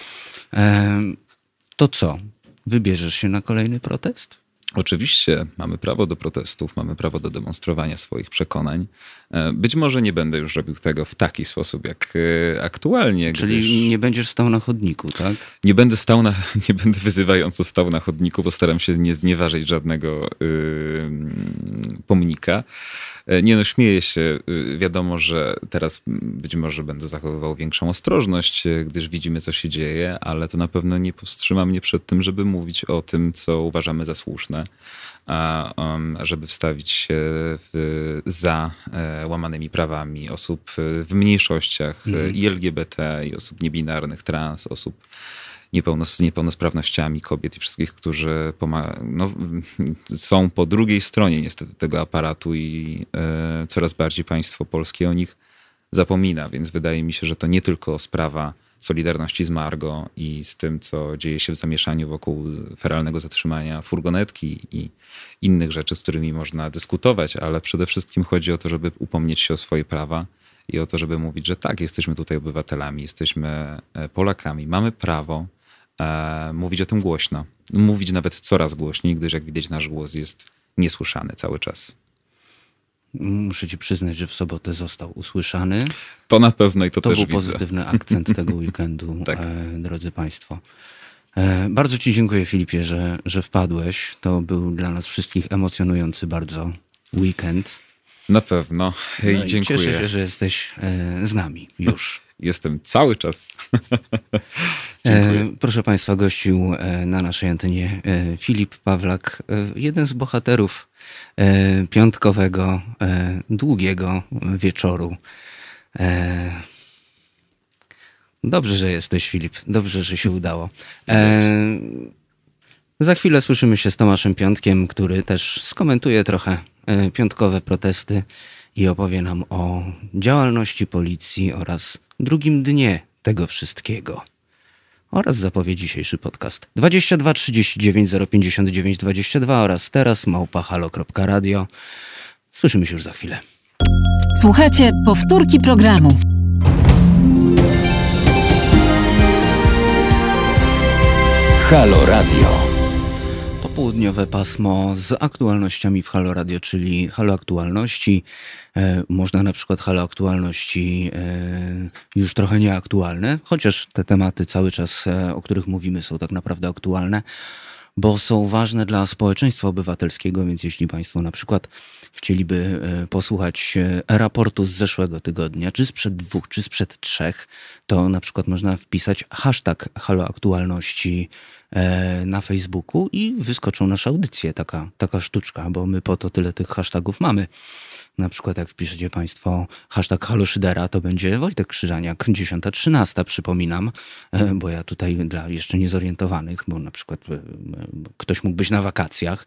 To co? Wybierzesz się na kolejny protest? Oczywiście mamy prawo do protestów, mamy prawo do demonstrowania swoich przekonań. Być może nie będę już robił tego w taki sposób, jak aktualnie. Czyli nie będziesz stał na chodniku, tak? Nie będę wyzywająco stał na chodniku, bo staram się nie znieważyć żadnego pomnika. Nie no, śmieję się. Wiadomo, że teraz być może będę zachowywał większą ostrożność, gdyż widzimy, co się dzieje, ale to na pewno nie powstrzyma mnie przed tym, żeby mówić o tym, co uważamy za słuszne, żeby wstawić się za łamanymi prawami osób w mniejszościach i LGBT, i osób niebinarnych, trans, osób z niepełnosprawnościami, kobiet i wszystkich, którzy są po drugiej stronie niestety tego aparatu i coraz bardziej państwo polskie o nich zapomina, więc wydaje mi się, że to nie tylko sprawa solidarności z Margo i z tym, co dzieje się w zamieszaniu wokół feralnego zatrzymania furgonetki i innych rzeczy, z którymi można dyskutować, ale przede wszystkim chodzi o to, żeby upomnieć się o swoje prawa i o to, żeby mówić, że tak, jesteśmy tutaj obywatelami, jesteśmy Polakami, mamy prawo mówić o tym głośno. Mówić nawet coraz głośniej, gdyż jak widać nasz głos jest niesłyszany cały czas. Muszę ci przyznać, że w sobotę został usłyszany. To na pewno i to też był widzę. Pozytywny akcent tego weekendu, tak. Drodzy Państwo. Bardzo ci dziękuję, Filipie, że wpadłeś. To był dla nas wszystkich emocjonujący bardzo weekend. Na pewno. I dziękuję. Cieszę się, że jesteś z nami już. Jestem cały czas. Proszę Państwa, gościł na naszej antenie Filip Pawlak, jeden z bohaterów piątkowego, długiego wieczoru. Dobrze, że jesteś, Filip. Dobrze, że się udało. Za chwilę słyszymy się z Tomaszem Piątkiem, który też skomentuje trochę piątkowe protesty i opowie nam o działalności policji oraz drugim dnie tego wszystkiego. Oraz zapowie dzisiejszy podcast. 22 39 059 22 oraz teraz @halo.radio. Słyszymy się już za chwilę. Słuchajcie powtórki programu. Halo Radio. Popołudniowe pasmo z aktualnościami w Halo Radio, czyli Halo Aktualności. Można na przykład Halo Aktualności już trochę nieaktualne, chociaż te tematy cały czas, o których mówimy, są tak naprawdę aktualne, bo są ważne dla społeczeństwa obywatelskiego, więc jeśli Państwo na przykład chcieliby posłuchać raportu z zeszłego tygodnia, czy sprzed 2, czy sprzed 3, to na przykład można wpisać hashtag Halo Aktualności na Facebooku i wyskoczą nasze audycje, taka sztuczka, bo my po to tyle tych hashtagów mamy. Na przykład jak wpiszecie Państwo hashtag Halo Szydera, to będzie Wojtek Krzyżaniak, 10:13, przypominam, bo ja tutaj dla jeszcze niezorientowanych, bo na przykład ktoś mógł być na wakacjach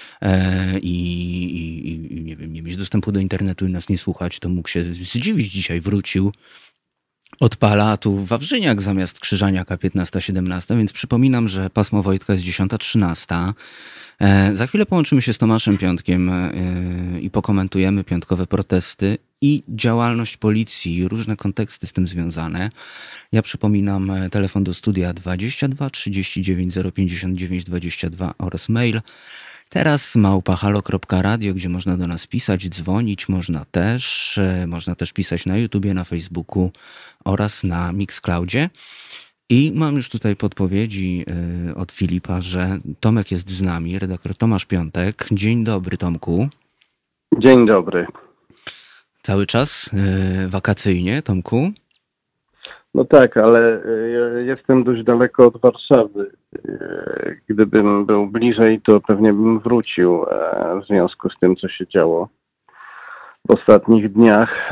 i nie wiem, nie mieć dostępu do internetu i nas nie słuchać, to mógł się zdziwić. Dzisiaj wrócił, odpala, a tu Wawrzyniak zamiast Krzyżaniaka 15:17, więc przypominam, że pasmo Wojtka jest 10:13. Za chwilę połączymy się z Tomaszem Piątkiem i pokomentujemy piątkowe protesty i działalność policji, różne konteksty z tym związane. Ja przypominam telefon do studia 22 39 059 22 oraz mail teraz @halo.radio, gdzie można do nas pisać, dzwonić, można też pisać na YouTubie, na Facebooku oraz na Mixcloudzie. I mam już tutaj podpowiedzi od Filipa, że Tomek jest z nami, redaktor Tomasz Piątek. Dzień dobry, Tomku. Dzień dobry. Cały czas wakacyjnie, Tomku? No tak, ale jestem dość daleko od Warszawy. Gdybym był bliżej, to pewnie bym wrócił w związku z tym, co się działo w ostatnich dniach.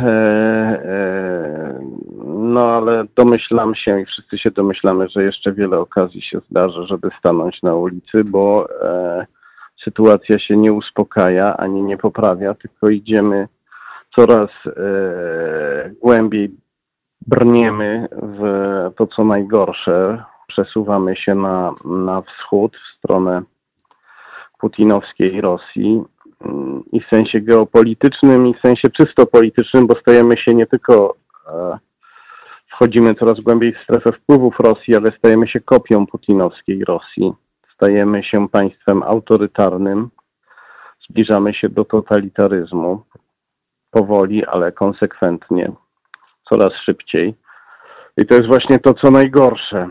No ale domyślam się i wszyscy się domyślamy, że jeszcze wiele okazji się zdarzy, żeby stanąć na ulicy, bo sytuacja się nie uspokaja ani nie poprawia, tylko idziemy coraz głębiej, brniemy w to, co najgorsze. Przesuwamy się na wschód, w stronę putinowskiej Rosji. I w sensie geopolitycznym, i w sensie czysto politycznym, bo stajemy się nie tylko, wchodzimy coraz głębiej w strefę wpływów Rosji, ale stajemy się kopią putinowskiej Rosji. Stajemy się państwem autorytarnym, zbliżamy się do totalitaryzmu. Powoli, ale konsekwentnie, coraz szybciej. I to jest właśnie to, co najgorsze.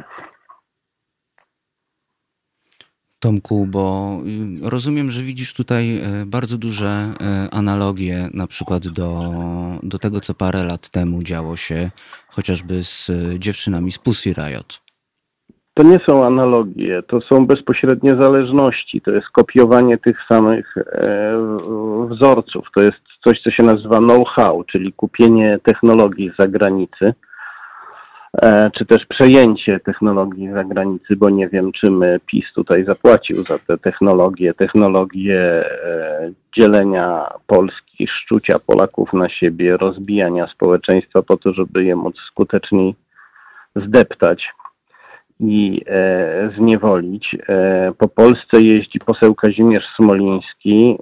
Tomku, bo rozumiem, że widzisz tutaj bardzo duże analogie na przykład do tego, co parę lat temu działo się chociażby z dziewczynami z Pussy Riot. To nie są analogie, to są bezpośrednie zależności, to jest kopiowanie tych samych wzorców, to jest coś, co się nazywa know-how, czyli kupienie technologii z zagranicy, czy też przejęcie technologii z zagranicy, bo nie wiem, czym PiS tutaj zapłacił za te technologie dzielenia Polski, szczucia Polaków na siebie, rozbijania społeczeństwa po to, żeby je móc skuteczniej zdeptać i zniewolić. Po Polsce jeździ poseł Kazimierz Smoliński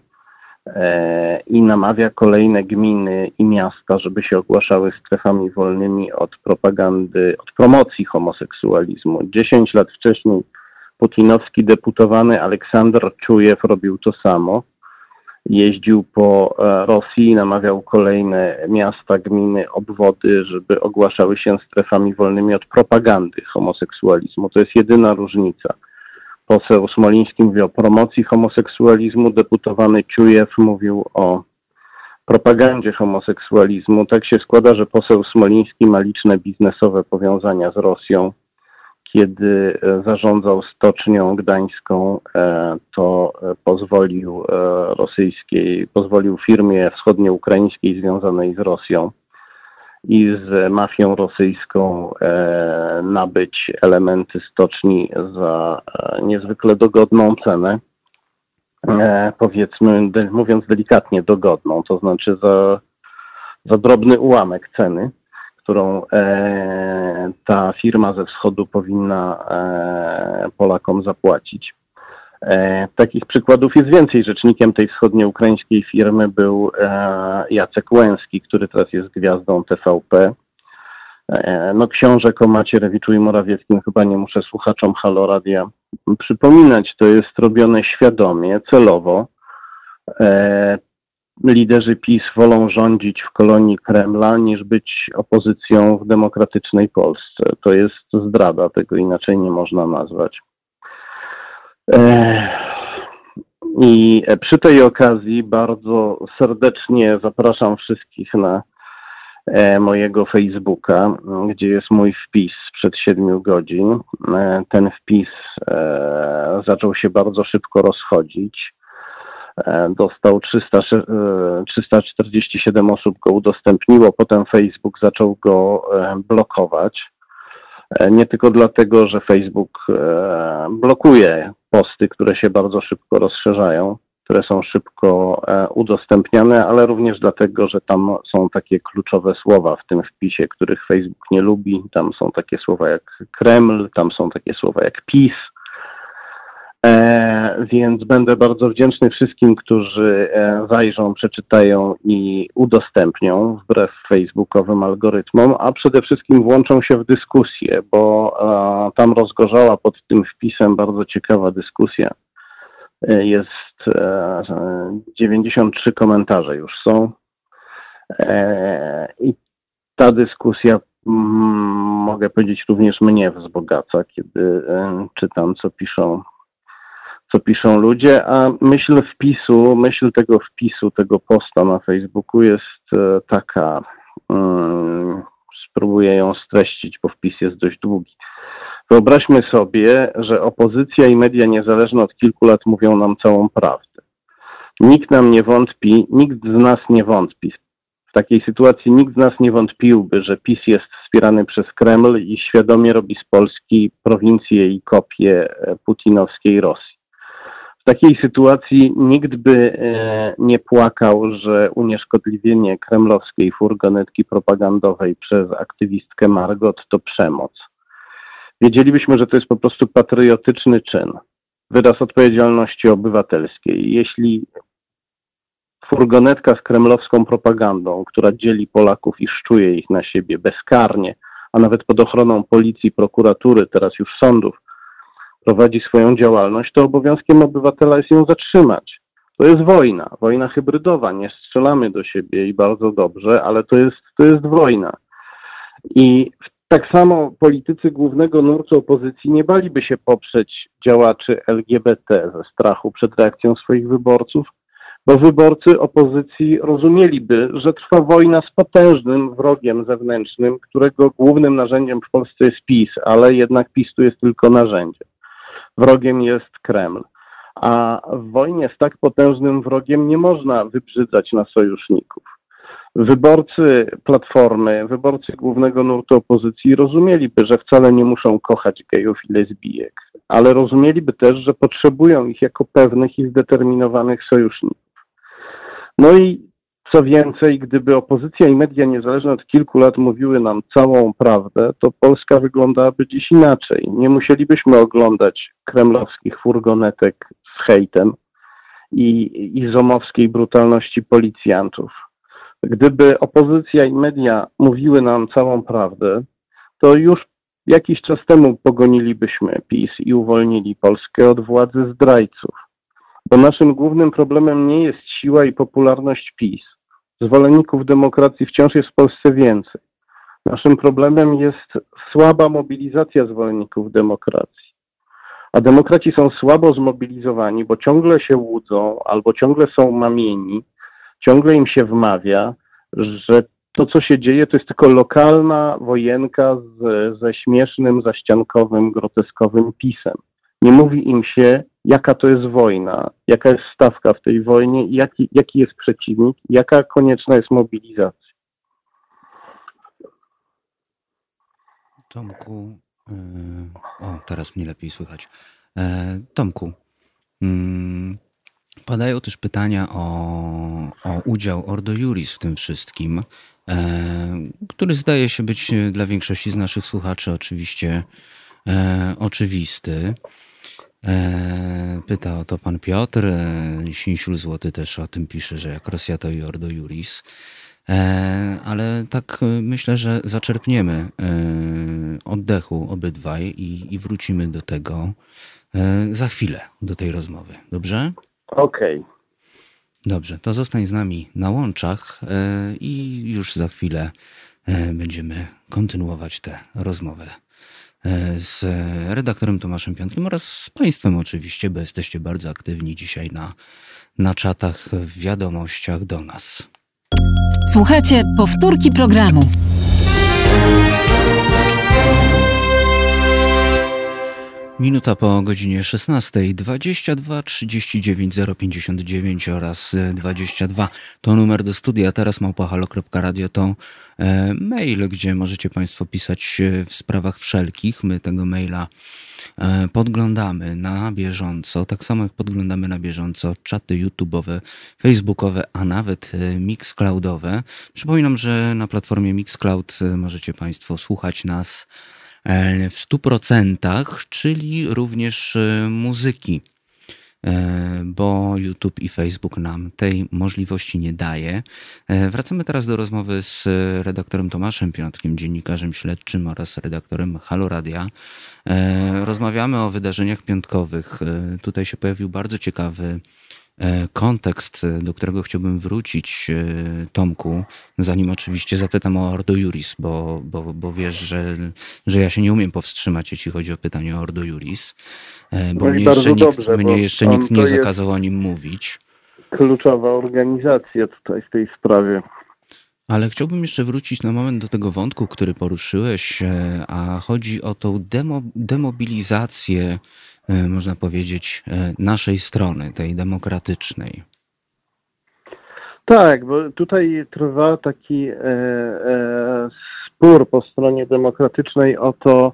i namawia kolejne gminy i miasta, żeby się ogłaszały strefami wolnymi od propagandy, od promocji homoseksualizmu. 10 lat wcześniej putinowski deputowany Aleksander Czujew robił to samo. Jeździł po Rosji i namawiał kolejne miasta, gminy, obwody, żeby ogłaszały się strefami wolnymi od propagandy homoseksualizmu. To jest jedyna różnica. Poseł Smoliński mówi o promocji homoseksualizmu, deputowany Czujew mówił o propagandzie homoseksualizmu. Tak się składa, że poseł Smoliński ma liczne biznesowe powiązania z Rosją. Kiedy zarządzał Stocznią Gdańską, to pozwolił firmie wschodnioukraińskiej związanej z Rosją i z mafią rosyjską nabyć elementy stoczni za niezwykle dogodną cenę. Powiedzmy, mówiąc delikatnie, dogodną, to znaczy za drobny ułamek ceny, którą ta firma ze wschodu powinna Polakom zapłacić. Takich przykładów jest więcej. Rzecznikiem tej wschodnioukraińskiej firmy był Jacek Łęski, który teraz jest gwiazdą TVP. No książek o Macierewiczu i Morawieckim chyba nie muszę słuchaczom Halo Radia przypominać. To jest robione świadomie, celowo. Liderzy PiS wolą rządzić w kolonii Kremla niż być opozycją w demokratycznej Polsce. To jest zdrada, tego inaczej nie można nazwać. I przy tej okazji bardzo serdecznie zapraszam wszystkich na mojego Facebooka, gdzie jest mój wpis sprzed 7 godzin. Ten wpis zaczął się bardzo szybko rozchodzić. Dostał 347 osób go udostępniło, potem Facebook zaczął go blokować. Nie tylko dlatego, że Facebook blokuje posty, które się bardzo szybko rozszerzają, które są szybko udostępniane, ale również dlatego, że tam są takie kluczowe słowa w tym wpisie, których Facebook nie lubi. Tam są takie słowa jak Kreml, tam są takie słowa jak PiS. Więc będę bardzo wdzięczny wszystkim, którzy zajrzą, przeczytają i udostępnią wbrew facebookowym algorytmom, a przede wszystkim włączą się w dyskusję, bo tam rozgorzała pod tym wpisem bardzo ciekawa dyskusja. Jest 93 komentarze już są i ta dyskusja, mogę powiedzieć, również mnie wzbogaca, kiedy czytam, co piszą ludzie, a myśl tego wpisu, tego posta na Facebooku jest taka, spróbuję ją streścić, bo wpis jest dość długi. Wyobraźmy sobie, że opozycja i media niezależne od kilku lat mówią nam całą prawdę. Nikt nam nie wątpi, nikt z nas nie wątpi. W takiej sytuacji nikt z nas nie wątpiłby, że PiS jest wspierany przez Kreml i świadomie robi z Polski prowincję i kopię putinowskiej Rosji. W takiej sytuacji nikt by nie płakał, że unieszkodliwienie kremlowskiej furgonetki propagandowej przez aktywistkę Margot to przemoc. Wiedzielibyśmy, że to jest po prostu patriotyczny czyn, wyraz odpowiedzialności obywatelskiej. Jeśli furgonetka z kremlowską propagandą, która dzieli Polaków i szczuje ich na siebie bezkarnie, a nawet pod ochroną policji, prokuratury, teraz już sądów, prowadzi swoją działalność, to obowiązkiem obywatela jest ją zatrzymać. To jest wojna hybrydowa, nie strzelamy do siebie i bardzo dobrze, ale to jest wojna. I tak samo politycy głównego nurtu opozycji nie baliby się poprzeć działaczy LGBT ze strachu przed reakcją swoich wyborców, bo wyborcy opozycji rozumieliby, że trwa wojna z potężnym wrogiem zewnętrznym, którego głównym narzędziem w Polsce jest PiS, ale jednak PiS tu jest tylko narzędziem. Wrogiem jest Kreml. A w wojnie z tak potężnym wrogiem nie można wybrzydzać na sojuszników. Wyborcy Platformy, wyborcy głównego nurtu opozycji rozumieliby, że wcale nie muszą kochać gejów i lesbijek, ale rozumieliby też, że potrzebują ich jako pewnych i zdeterminowanych sojuszników. No i co więcej, gdyby opozycja i media niezależne od kilku lat mówiły nam całą prawdę, to Polska wyglądałaby dziś inaczej. Nie musielibyśmy oglądać kremlowskich furgonetek z hejtem i zomowskiej brutalności policjantów. Gdyby opozycja i media mówiły nam całą prawdę, to już jakiś czas temu pogonilibyśmy PiS i uwolnili Polskę od władzy zdrajców. Bo naszym głównym problemem nie jest siła i popularność PiS. Zwolenników demokracji wciąż jest w Polsce więcej. Naszym problemem jest słaba mobilizacja zwolenników demokracji. A demokraci są słabo zmobilizowani, bo ciągle się łudzą albo ciągle są mamieni, ciągle im się wmawia, że to, co się dzieje, to jest tylko lokalna wojenka ze śmiesznym, zaściankowym, groteskowym PiS-em. Nie mówi im się, jaka to jest wojna, jaka jest stawka w tej wojnie, jaki jest przeciwnik, jaka konieczna jest mobilizacja. Tomku, teraz mnie lepiej słychać. Tomku, padają też pytania o udział Ordo Iuris w tym wszystkim, który zdaje się być dla większości z naszych słuchaczy oczywiście oczywisty. Pyta o to pan Piotr. Sinsiul Złoty też o tym pisze, że jak Rosja to i Ordo Iuris. Ale tak myślę, że zaczerpniemy oddechu obydwaj i wrócimy do tego za chwilę, do tej rozmowy. Dobrze? Okej. Dobrze, to zostań z nami na łączach i już za chwilę będziemy kontynuować tę rozmowę z redaktorem Tomaszem Piątkiem oraz z Państwem oczywiście, bo jesteście bardzo aktywni dzisiaj na czatach, w wiadomościach do nas. Słuchajcie, powtórki programu. Minuta po godzinie 16. 22 39 059 oraz 22 to numer do studia. Teraz @halo.radio to mail, gdzie możecie Państwo pisać w sprawach wszelkich. My tego maila podglądamy na bieżąco, tak samo jak podglądamy na bieżąco czaty YouTube'owe, Facebookowe, a nawet Mixcloudowe. Przypominam, że na platformie Mixcloud możecie Państwo słuchać nas w 100%, czyli również muzyki, bo YouTube i Facebook nam tej możliwości nie daje. Wracamy teraz do rozmowy z redaktorem Tomaszem Piątkiem, dziennikarzem śledczym oraz redaktorem Halo Radia. Rozmawiamy o wydarzeniach piątkowych. Tutaj się pojawił bardzo ciekawy kontekst, do którego chciałbym wrócić, Tomku, zanim oczywiście zapytam o Ordo Iuris, bo wiesz, że ja się nie umiem powstrzymać, jeśli chodzi o pytanie o Ordo Iuris, bo mnie jeszcze nikt nie zakazał o nim mówić. Kluczowa organizacja tutaj w tej sprawie. Ale chciałbym jeszcze wrócić na moment do tego wątku, który poruszyłeś, a chodzi o tą demobilizację, można powiedzieć, naszej strony, tej demokratycznej. Tak, bo tutaj trwa taki spór po stronie demokratycznej o to,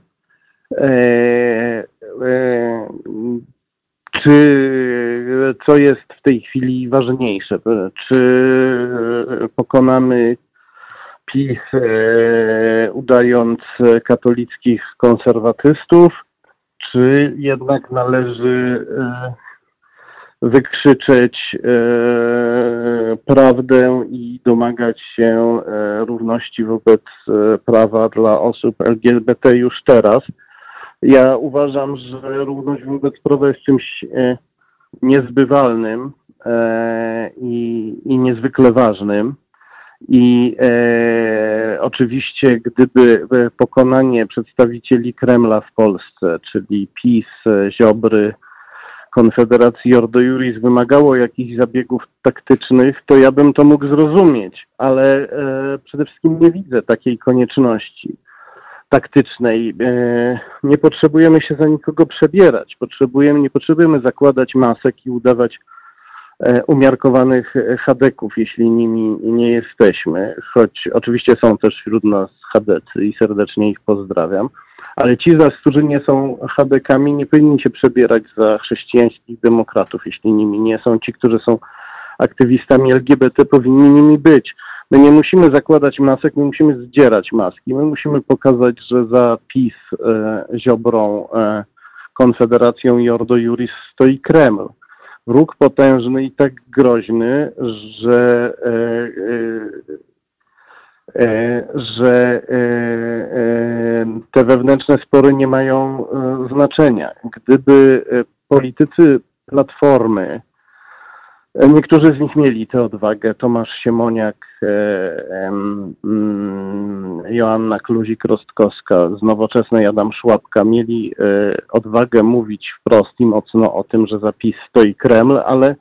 co jest w tej chwili ważniejsze. Czy pokonamy PiS, udając katolickich konserwatystów, czy jednak należy wykrzyczeć prawdę i domagać się równości wobec prawa dla osób LGBT już teraz. Ja uważam, że równość wobec prawa jest czymś niezbywalnym i niezwykle ważnym. I oczywiście, gdyby pokonanie przedstawicieli Kremla w Polsce, czyli PiS, Ziobry, Konfederacji, Ordo Iuris, wymagało jakichś zabiegów taktycznych, to ja bym to mógł zrozumieć, ale przede wszystkim nie widzę takiej konieczności taktycznej. Nie potrzebujemy się za nikogo przebierać. Nie potrzebujemy zakładać masek i udawać umiarkowanych chadeków, jeśli nimi nie jesteśmy, choć oczywiście są też wśród nas chadecy i serdecznie ich pozdrawiam, ale ci z nas, którzy nie są chadekami, nie powinni się przebierać za chrześcijańskich demokratów, jeśli nimi nie są. Ci, którzy są aktywistami LGBT, powinni nimi być. My nie musimy zakładać masek, my musimy zdzierać maski. My musimy pokazać, że za PiS, Ziobrą, Konfederacją i Ordo Iuris stoi Kreml. Wróg potężny i tak groźny, że te wewnętrzne spory nie mają znaczenia. Gdyby politycy Platformy, niektórzy z nich mieli tę odwagę, Tomasz Siemoniak, Joanna Kluzik-Rostkowska, z Nowoczesnej Adam Szłapka, mieli odwagę mówić wprost i mocno o tym, że za PiS stoi Kreml, ale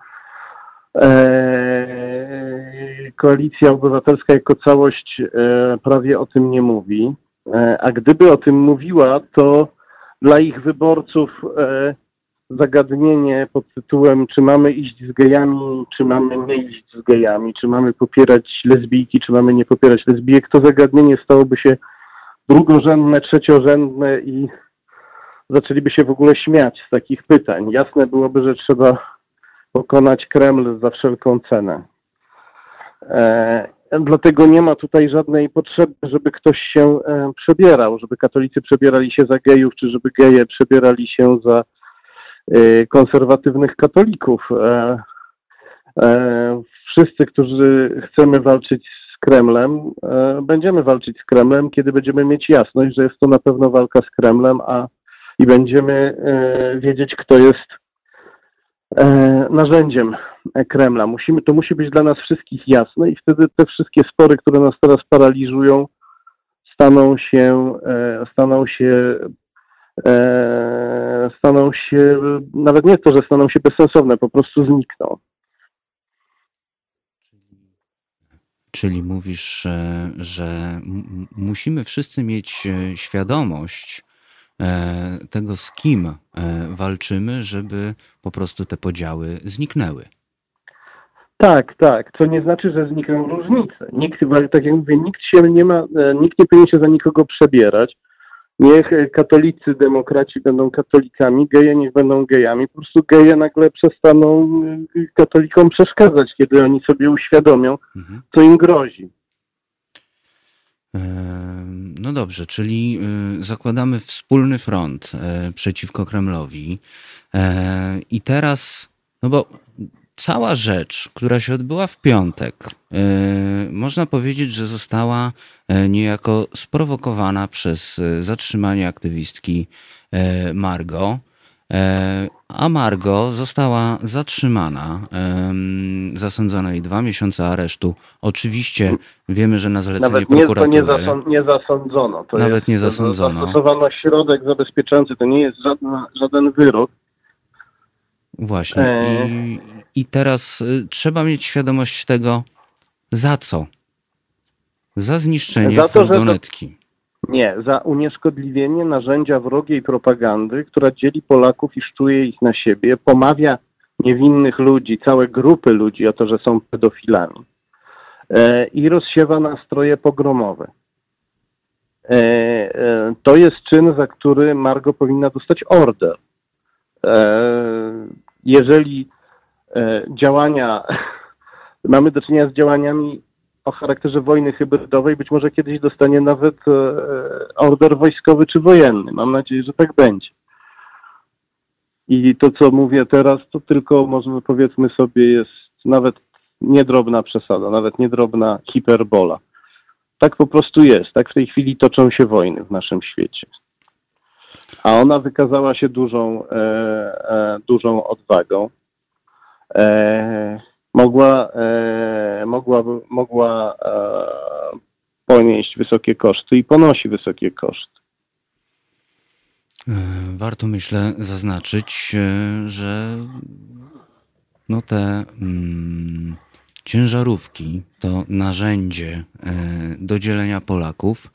Koalicja Obywatelska jako całość prawie o tym nie mówi. A gdyby o tym mówiła, to dla ich wyborców zagadnienie pod tytułem, czy mamy iść z gejami, czy mamy nie iść z gejami, czy mamy popierać lesbijki, czy mamy nie popierać lesbijek, to zagadnienie stałoby się drugorzędne, trzeciorzędne i zaczęliby się w ogóle śmiać z takich pytań. Jasne byłoby, że trzeba pokonać Kreml za wszelką cenę. Dlatego nie ma tutaj żadnej potrzeby, żeby ktoś się przebierał, żeby katolicy przebierali się za gejów, czy żeby geje przebierali się za konserwatywnych katolików. Wszyscy, którzy chcemy walczyć z z Kremlem, będziemy walczyć z Kremlem, kiedy będziemy mieć jasność, że jest to na pewno walka z Kremlem, i będziemy wiedzieć, kto jest narzędziem Kremla. To musi być dla nas wszystkich jasne i wtedy te wszystkie spory, które nas teraz paraliżują, staną się, nawet nie to, że staną się bezsensowne, po prostu znikną. Czyli mówisz, że musimy wszyscy mieć świadomość tego, z kim walczymy, żeby po prostu te podziały zniknęły. Tak. Co nie znaczy, że znikną różnice. Tak jak mówię, nikt nie powinien się za nikogo przebierać. Niech katolicy, demokraci będą katolikami, geje niech będą gejami. Po prostu geje nagle przestaną katolikom przeszkadzać, kiedy oni sobie uświadomią, co im grozi. No dobrze, czyli zakładamy wspólny front przeciwko Kremlowi. I teraz, no bo cała rzecz, która się odbyła w piątek, można powiedzieć, że została niejako sprowokowana przez zatrzymanie aktywistki Margo. A Margo została zatrzymana, zasądzono jej 2 miesiące aresztu. Oczywiście wiemy, że na zalecenie prokuratury. Nie zasądzono. Nie zasądzono. Zastosowano środek zabezpieczający, to nie jest żaden wyrok. Właśnie. I teraz trzeba mieć świadomość tego, za co? Za zniszczenie furgonetki. Nie, za unieszkodliwienie narzędzia wrogiej propagandy, która dzieli Polaków i szczuje ich na siebie, pomawia niewinnych ludzi, całe grupy ludzi o to, że są pedofilami i rozsiewa nastroje pogromowe. To jest czyn, za który Margo powinna dostać order. Jeżeli mamy do czynienia z działaniami o charakterze wojny hybrydowej, być może kiedyś dostanie nawet order wojskowy czy wojenny. Mam nadzieję, że tak będzie. I to, co mówię teraz, to tylko może powiedzmy sobie jest nawet niedrobna przesada, nawet niedrobna hiperbola. Tak po prostu jest. Tak w tej chwili toczą się wojny w naszym świecie. A ona wykazała się dużą odwagą. Mogła ponieść wysokie koszty i ponosi wysokie koszty. Warto, myślę, zaznaczyć, że te ciężarówki, to narzędzie do dzielenia Polaków,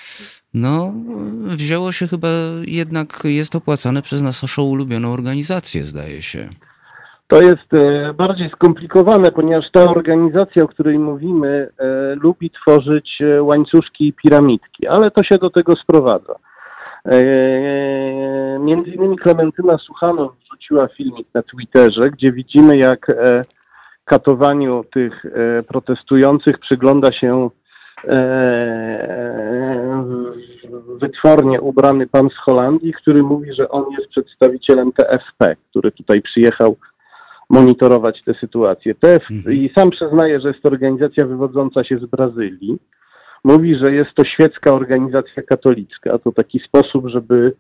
wzięło się chyba jednak, jest opłacane przez naszą ulubioną organizację, zdaje się. To jest bardziej skomplikowane, ponieważ ta organizacja, o której mówimy, lubi tworzyć łańcuszki i piramidki, ale to się do tego sprowadza. Między innymi Klementyna Suchanow wrzuciła filmik na Twitterze, gdzie widzimy, jak katowaniu tych protestujących przygląda się wytwornie ubrany pan z Holandii, który mówi, że on jest przedstawicielem TFP, który tutaj przyjechał monitorować tę sytuację. I sam przyznaje, że jest to organizacja wywodząca się z Brazylii. Mówi, że jest to świecka organizacja katolicka. To taki sposób, żeby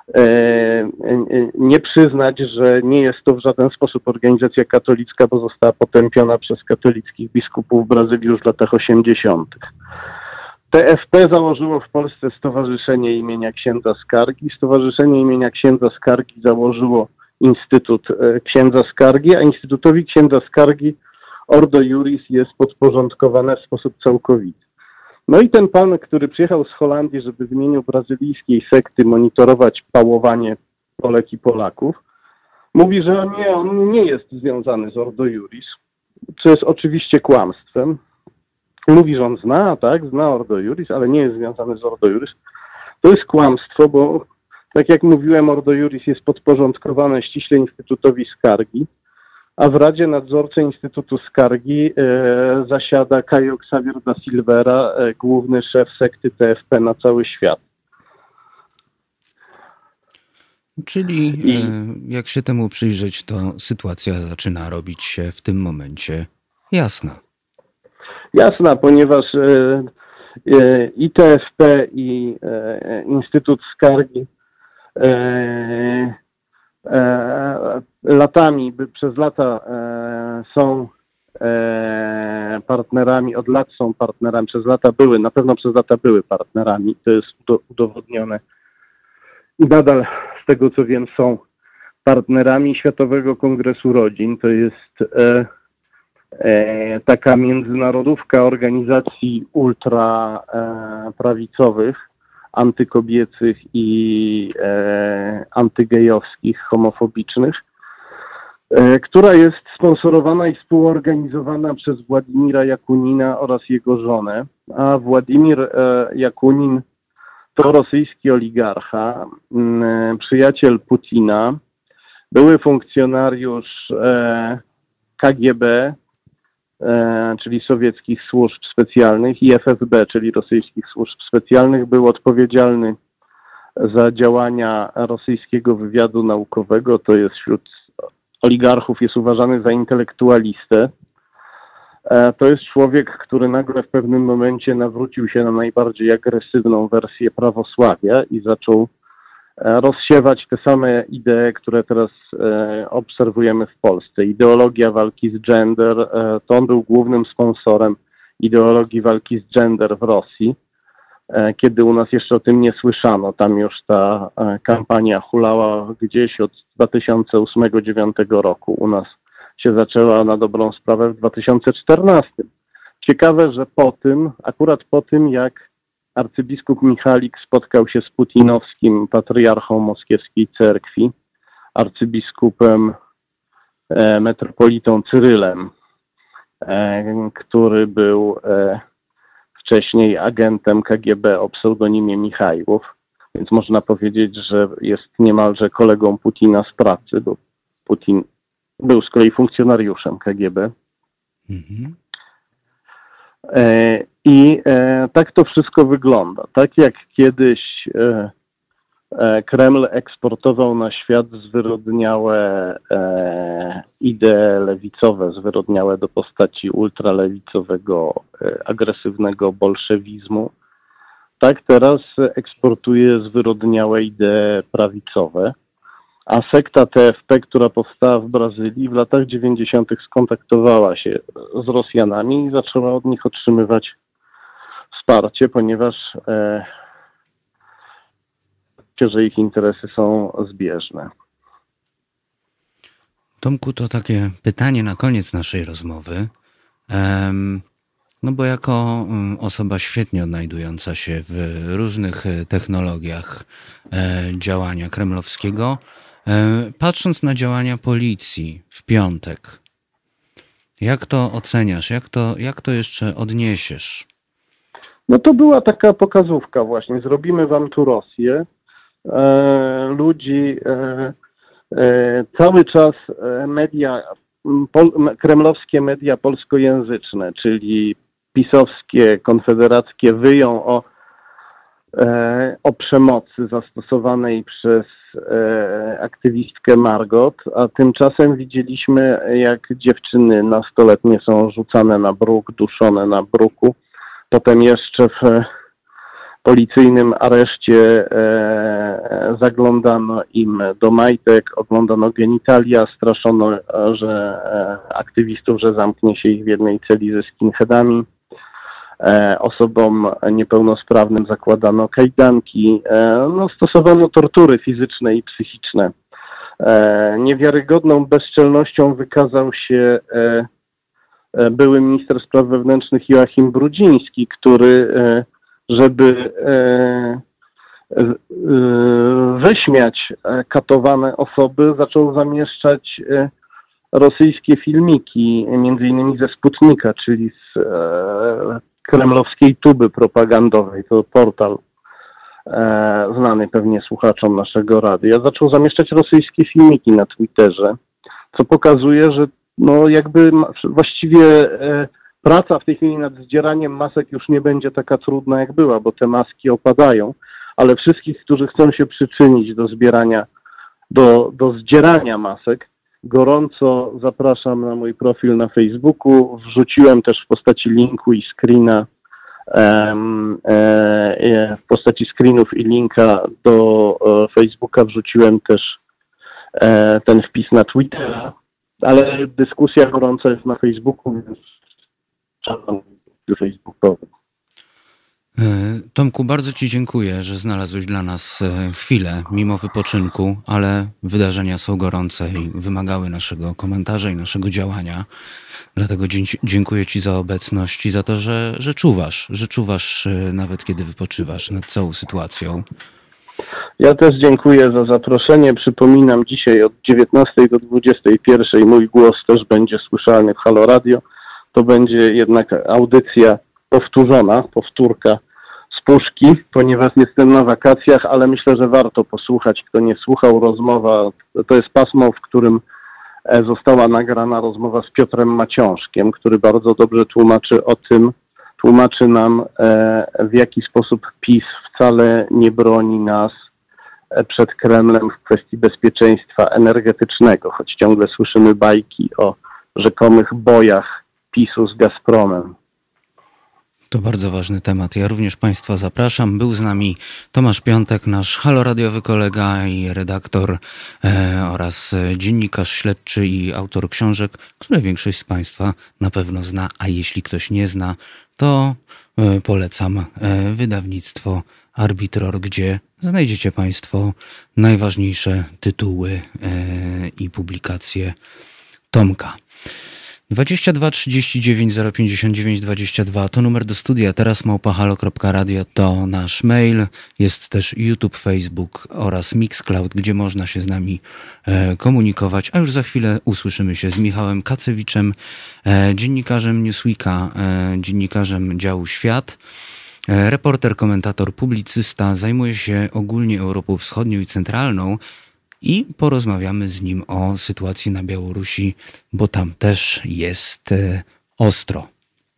nie przyznać, że nie jest to w żaden sposób organizacja katolicka, bo została potępiona przez katolickich biskupów w Brazylii już w latach 80. TFP założyło w Polsce Stowarzyszenie imienia Księdza Skargi. Stowarzyszenie imienia Księdza Skargi założyło Instytut Księdza Skargi, a Instytutowi Księdza Skargi Ordo Iuris jest podporządkowane w sposób całkowity. No i ten pan, który przyjechał z Holandii, żeby w imieniu brazylijskiej sekty monitorować pałowanie Polek i Polaków, mówi, że on nie jest związany z Ordo Iuris, co jest oczywiście kłamstwem. Mówi, że on zna Ordo Iuris, ale nie jest związany z Ordo Iuris. To jest kłamstwo, bo tak jak mówiłem, Ordo Iuris jest podporządkowane ściśle Instytutowi Skargi, a w Radzie Nadzorczej Instytutu Skargi zasiada Caio Xavier da Silveira, główny szef sekty TFP na cały świat. Czyli jak się temu przyjrzeć, to sytuacja zaczyna robić się w tym momencie jasna. Jasna, ponieważ i TFP, i Instytut Skargi przez lata są partnerami, od lat są partnerami, na pewno przez lata były partnerami, to jest udowodnione. I nadal, z tego co wiem, są partnerami Światowego Kongresu Rodzin. To jest taka międzynarodówka organizacji ultraprawicowych, antykobiecych i antygejowskich, homofobicznych, która jest sponsorowana i współorganizowana przez Władimira Jakunina oraz jego żonę. A Władimir Jakunin to rosyjski oligarcha, przyjaciel Putina, były funkcjonariusz KGB, czyli sowieckich służb specjalnych, i FSB, czyli rosyjskich służb specjalnych. Był odpowiedzialny za działania rosyjskiego wywiadu naukowego. To jest wśród oligarchów, jest uważany za intelektualistę. To jest człowiek, który nagle w pewnym momencie nawrócił się na najbardziej agresywną wersję prawosławia i zaczął rozsiewać te same idee, które teraz obserwujemy w Polsce. Ideologia walki z gender, to on był głównym sponsorem ideologii walki z gender w Rosji, kiedy u nas jeszcze o tym nie słyszano. Tam już ta kampania hulała gdzieś od 2008-2009 roku. U nas się zaczęła na dobrą sprawę w 2014. Ciekawe, że akurat po tym, jak arcybiskup Michalik spotkał się z putinowskim patriarchą moskiewskiej cerkwi, arcybiskupem metropolitą Cyrylem, który był wcześniej agentem KGB o pseudonimie Michajłow, więc można powiedzieć, że jest niemalże kolegą Putina z pracy, bo Putin był z kolei funkcjonariuszem KGB. Mhm. I tak to wszystko wygląda. Tak jak kiedyś Kreml eksportował na świat zwyrodniałe idee lewicowe, zwyrodniałe do postaci ultralewicowego, agresywnego bolszewizmu, tak teraz eksportuje zwyrodniałe idee prawicowe. A sekta TFP, która powstała w Brazylii, w latach 90. skontaktowała się z Rosjanami i zaczęła od nich otrzymywać wsparcie, ponieważ że ich interesy są zbieżne. Tomku, to takie pytanie na koniec naszej rozmowy. No bo jako osoba świetnie odnajdująca się w różnych technologiach działania kremlowskiego, patrząc na działania policji w piątek, jak to oceniasz? Jak to jeszcze odniesiesz? No to była taka pokazówka właśnie. Zrobimy wam tu Rosję. Ludzi, cały czas media, kremlowskie media polskojęzyczne, czyli pisowskie, konfederackie, wyją o przemocy zastosowanej przez aktywistkę Margot, a tymczasem widzieliśmy, jak dziewczyny nastoletnie są rzucane na bruk, duszone na bruku. Potem jeszcze w policyjnym areszcie zaglądano im do majtek, oglądano genitalia, straszono aktywistów, że zamknie się ich w jednej celi ze skinheadami. Osobom niepełnosprawnym zakładano kajdanki, stosowano tortury fizyczne i psychiczne. Niewiarygodną bezczelnością wykazał się były minister spraw wewnętrznych Joachim Brudziński, który, żeby wyśmiać katowane osoby, zaczął zamieszczać rosyjskie filmiki, między innymi ze Sputnika, czyli z kremlowskiej tuby propagandowej. To portal znany pewnie słuchaczom naszego radia. Zaczął zamieszczać rosyjskie filmiki na Twitterze, co pokazuje, że jakby właściwie praca w tej chwili nad zdzieraniem masek już nie będzie taka trudna, jak była, bo te maski opadają, ale wszystkich, którzy chcą się przyczynić do zbierania, do zdzierania masek, gorąco zapraszam na mój profil na Facebooku. Wrzuciłem też w postaci linku i screena, w postaci screenów i linka do Facebooka wrzuciłem też ten wpis na Twittera, ale dyskusja gorąca jest na Facebooku, więc czekam do Facebookowy. Tomku, bardzo Ci dziękuję, że znalazłeś dla nas chwilę mimo wypoczynku, ale wydarzenia są gorące i wymagały naszego komentarza i naszego działania. Dlatego dziękuję Ci za obecność i za to, że czuwasz nawet kiedy wypoczywasz nad całą sytuacją. Ja też dziękuję za zaproszenie. Przypominam, dzisiaj od 19 do 21 mój głos też będzie słyszalny w Halo Radio. To będzie jednak audycja powtórka z puszki, ponieważ jestem na wakacjach, ale myślę, że warto posłuchać. Kto nie słuchał, rozmowa, to jest pasmo, w którym została nagrana rozmowa z Piotrem Maciążkiem, który bardzo dobrze tłumaczy nam, w jaki sposób PiS wcale nie broni nas przed Kremlem w kwestii bezpieczeństwa energetycznego, choć ciągle słyszymy bajki o rzekomych bojach PiS-u z Gazpromem. To bardzo ważny temat. Ja również Państwa zapraszam. Był z nami Tomasz Piątek, nasz haloradiowy kolega i redaktor oraz dziennikarz śledczy i autor książek, które większość z Państwa na pewno zna, a jeśli ktoś nie zna, to polecam wydawnictwo Arbitror, gdzie znajdziecie Państwo najważniejsze tytuły i publikacje Tomka. 22 39 059 22 to numer do studia. Teraz @halo.radio to nasz mail. Jest też YouTube, Facebook oraz Mixcloud, gdzie można się z nami komunikować. A już za chwilę usłyszymy się z Michałem Kacewiczem, dziennikarzem Newsweeka, dziennikarzem działu Świat. Reporter, komentator, publicysta, zajmuje się ogólnie Europą Wschodnią i Centralną. I porozmawiamy z nim o sytuacji na Białorusi, bo tam też jest ostro.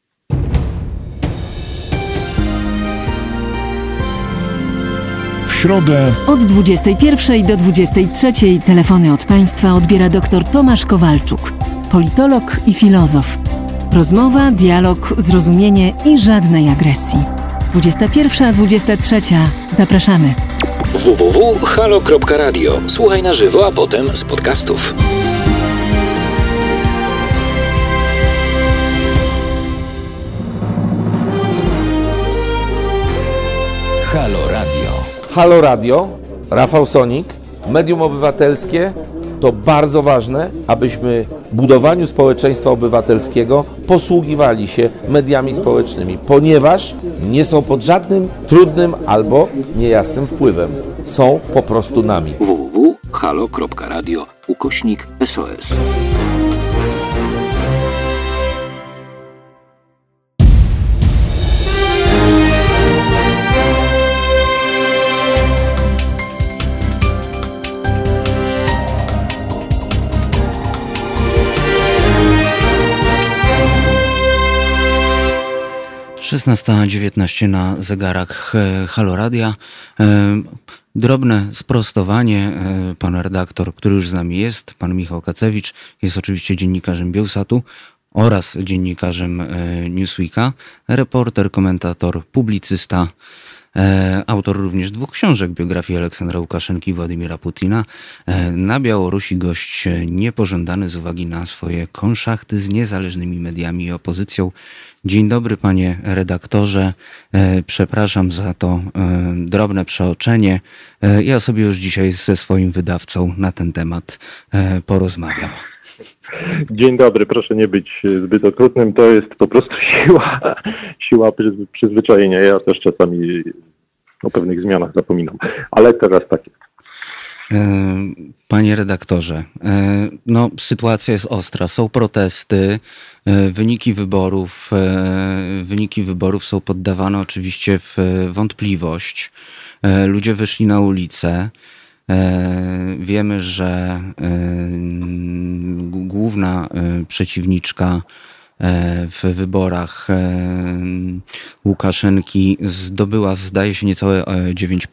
W środę od 21 do 23 telefony od Państwa odbiera dr Tomasz Kowalczuk, politolog i filozof. Rozmowa, dialog, zrozumienie i żadnej agresji. 21-23. Zapraszamy. www.halo.radio. Słuchaj na żywo, a potem z podcastów. Halo Radio. Halo Radio, Rafał Sonik, medium obywatelskie. To bardzo ważne, abyśmy w budowaniu społeczeństwa obywatelskiego posługiwali się mediami społecznymi, ponieważ nie są pod żadnym trudnym albo niejasnym wpływem. Są po prostu nami. www.halo.radio/SOS. Szesnasta 19 na zegarach Halo Radia. Drobne sprostowanie. Pan redaktor, który już z nami jest, pan Michał Kacewicz, jest oczywiście dziennikarzem Biełsatu oraz dziennikarzem Newsweeka. Reporter, komentator, publicysta, autor również 2 książek, biografii Aleksandra Łukaszenki i Władimira Putina. Na Białorusi gość niepożądany z uwagi na swoje konszachty z niezależnymi mediami i opozycją. Dzień dobry, panie redaktorze. Przepraszam za to drobne przeoczenie. Ja sobie już dzisiaj ze swoim wydawcą na ten temat porozmawiam. Dzień dobry, proszę nie być zbyt okrutnym. To jest po prostu siła przyzwyczajenia. Ja też czasami o pewnych zmianach zapominam, ale teraz tak jest. Panie redaktorze, no, sytuacja jest ostra. Są protesty, wyniki wyborów są poddawane oczywiście w wątpliwość. Ludzie wyszli na ulicę. Wiemy, że główna przeciwniczka w wyborach Łukaszenki zdobyła, zdaje się, niecałe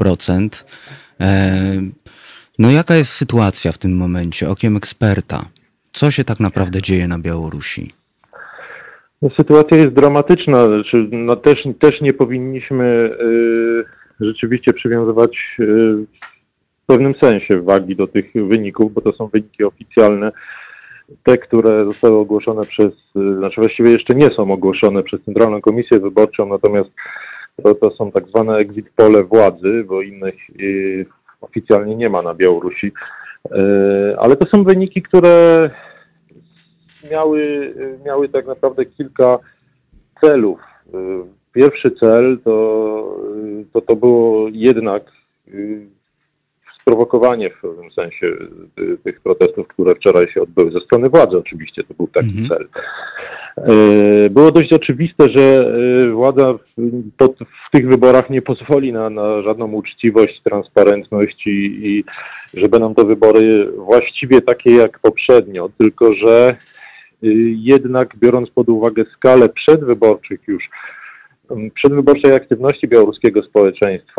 9%. No jaka jest sytuacja w tym momencie, okiem eksperta? Co się tak naprawdę dzieje na Białorusi? No, sytuacja jest dramatyczna. Znaczy, no, też nie powinniśmy rzeczywiście przywiązywać w pewnym sensie wagi do tych wyników, bo to są wyniki oficjalne. Te, które zostały ogłoszone znaczy właściwie jeszcze nie są ogłoszone przez Centralną Komisję Wyborczą, natomiast to są tak zwane exit pole władzy, bo innych oficjalnie nie ma na Białorusi. Ale to są wyniki, które miały tak naprawdę kilka celów. Pierwszy cel to było jednak sprowokowanie w pewnym sensie tych protestów, które wczoraj się odbyły ze strony władzy. Oczywiście to był taki cel. Było dość oczywiste, że władza w tych wyborach nie pozwoli na żadną uczciwość, transparentność i że będą to wybory właściwie takie jak poprzednio, tylko że jednak biorąc pod uwagę skalę przedwyborczej aktywności białoruskiego społeczeństwa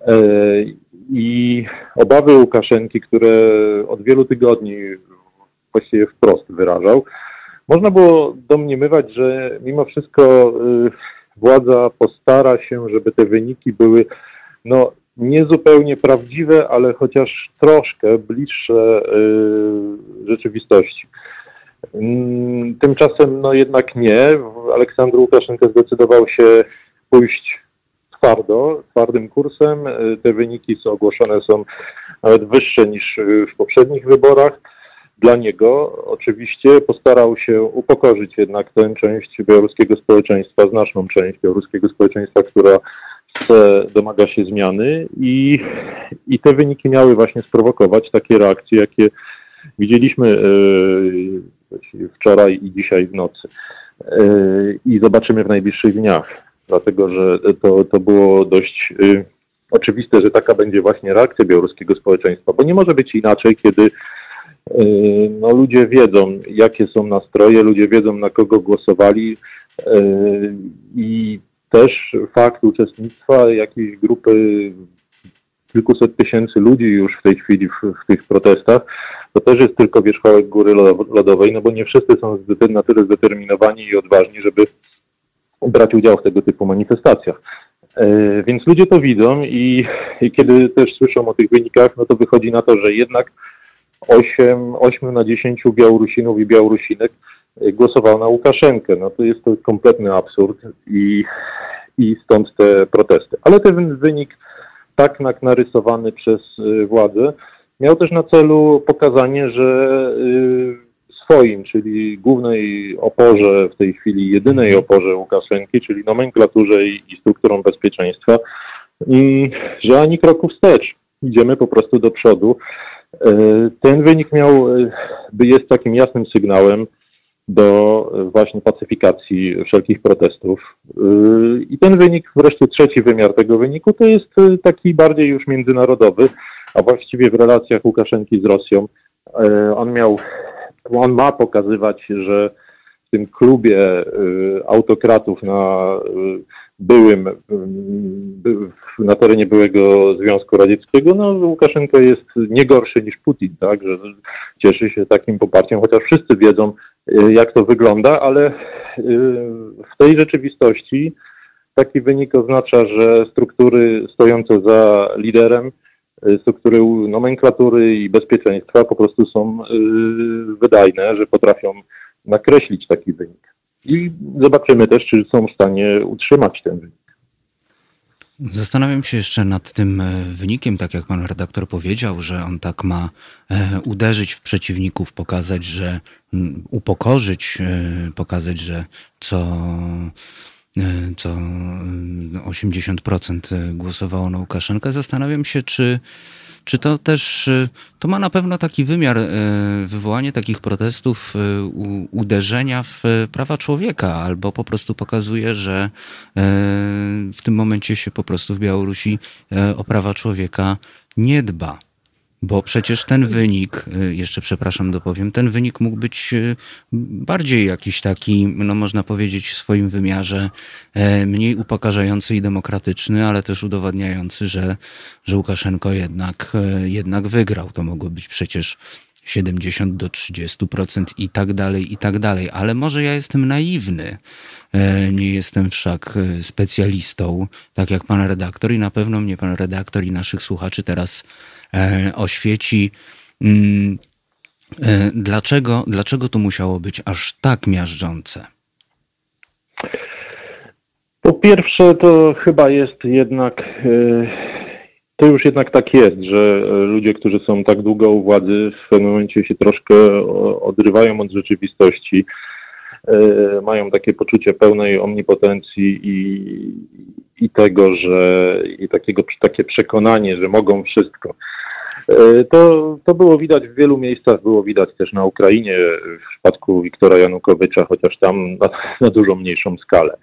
i obawy Łukaszenki, które od wielu tygodni właściwie wprost wyrażał, można było domniemywać, że mimo wszystko władza postara się, żeby te wyniki były nie zupełnie prawdziwe, ale chociaż troszkę bliższe rzeczywistości. Tymczasem jednak nie. Aleksandr Łukaszenka zdecydował się pójść twardym kursem. Te wyniki ogłoszone są nawet wyższe niż w poprzednich wyborach. Dla niego oczywiście postarał się upokorzyć jednak tę część białoruskiego społeczeństwa, znaczną część białoruskiego społeczeństwa, która domaga się zmiany i te wyniki miały właśnie sprowokować takie reakcje, jakie widzieliśmy wczoraj i dzisiaj w nocy. I zobaczymy w najbliższych dniach, dlatego że to było dość oczywiste, że taka będzie właśnie reakcja białoruskiego społeczeństwa, bo nie może być inaczej, kiedy ludzie wiedzą, jakie są nastroje, ludzie wiedzą, na kogo głosowali i też fakt uczestnictwa jakiejś grupy kilkuset tysięcy ludzi już w tej chwili w tych protestach, to też jest tylko wierzchołek góry lodowej, bo nie wszyscy są na tyle zdeterminowani i odważni, żeby brać udział w tego typu manifestacjach. Więc ludzie to widzą i kiedy też słyszą o tych wynikach, to wychodzi na to, że jednak 8 na 10 Białorusinów i Białorusinek głosowało na Łukaszenkę. To jest to kompletny absurd i stąd te protesty. Ale ten wynik tak narysowany przez władzę miał też na celu pokazanie, że swoim, czyli głównej oporze w tej chwili, jedynej oporze Łukaszenki, czyli nomenklaturze i strukturom bezpieczeństwa, że ani kroku wstecz. Idziemy po prostu do przodu. Ten wynik jest takim jasnym sygnałem do właśnie pacyfikacji wszelkich protestów. I ten wynik, wreszcie trzeci wymiar tego wyniku, to jest taki bardziej już międzynarodowy, a właściwie w relacjach Łukaszenki z Rosją. On ma pokazywać, że w tym klubie autokratów na terenie byłego Związku Radzieckiego, Łukaszenka jest nie gorszy niż Putin, tak, że cieszy się takim poparciem, chociaż wszyscy wiedzą, jak to wygląda, ale w tej rzeczywistości taki wynik oznacza, że struktury stojące za liderem, struktury nomenklatury i bezpieczeństwa po prostu są wydajne, że potrafią nakreślić taki wynik. I zobaczymy też, czy są w stanie utrzymać ten wynik. Zastanawiam się jeszcze nad tym wynikiem, tak jak pan redaktor powiedział, że on tak ma uderzyć w przeciwników, pokazać, że upokorzyć, pokazać, że co 80% głosowało na Łukaszenkę. Zastanawiam się, czy to też, to ma na pewno taki wymiar, wywołanie takich protestów, uderzenia w prawa człowieka, albo po prostu pokazuje, że w tym momencie się po prostu w Białorusi o prawa człowieka nie dba. Bo przecież ten wynik, jeszcze przepraszam dopowiem, ten wynik mógł być bardziej jakiś taki, można powiedzieć w swoim wymiarze mniej upokarzający i demokratyczny, ale też udowadniający, że Łukaszenko jednak wygrał. To mogło być przecież 70 do 30% i tak dalej. Ale może ja jestem naiwny, nie jestem wszak specjalistą, tak jak pan redaktor i na pewno mnie pan redaktor i naszych słuchaczy teraz oświeci. Dlaczego to musiało być aż tak miażdżące? Po pierwsze, to chyba jest jednak, to już jednak tak jest, że ludzie, którzy są tak długo u władzy, w pewnym momencie się troszkę odrywają od rzeczywistości, mają takie poczucie pełnej omnipotencji i tego, że takie przekonanie, że mogą wszystko. To było widać w wielu miejscach, było widać też na Ukrainie w przypadku Wiktora Janukowycza, chociaż tam na dużo mniejszą skalę.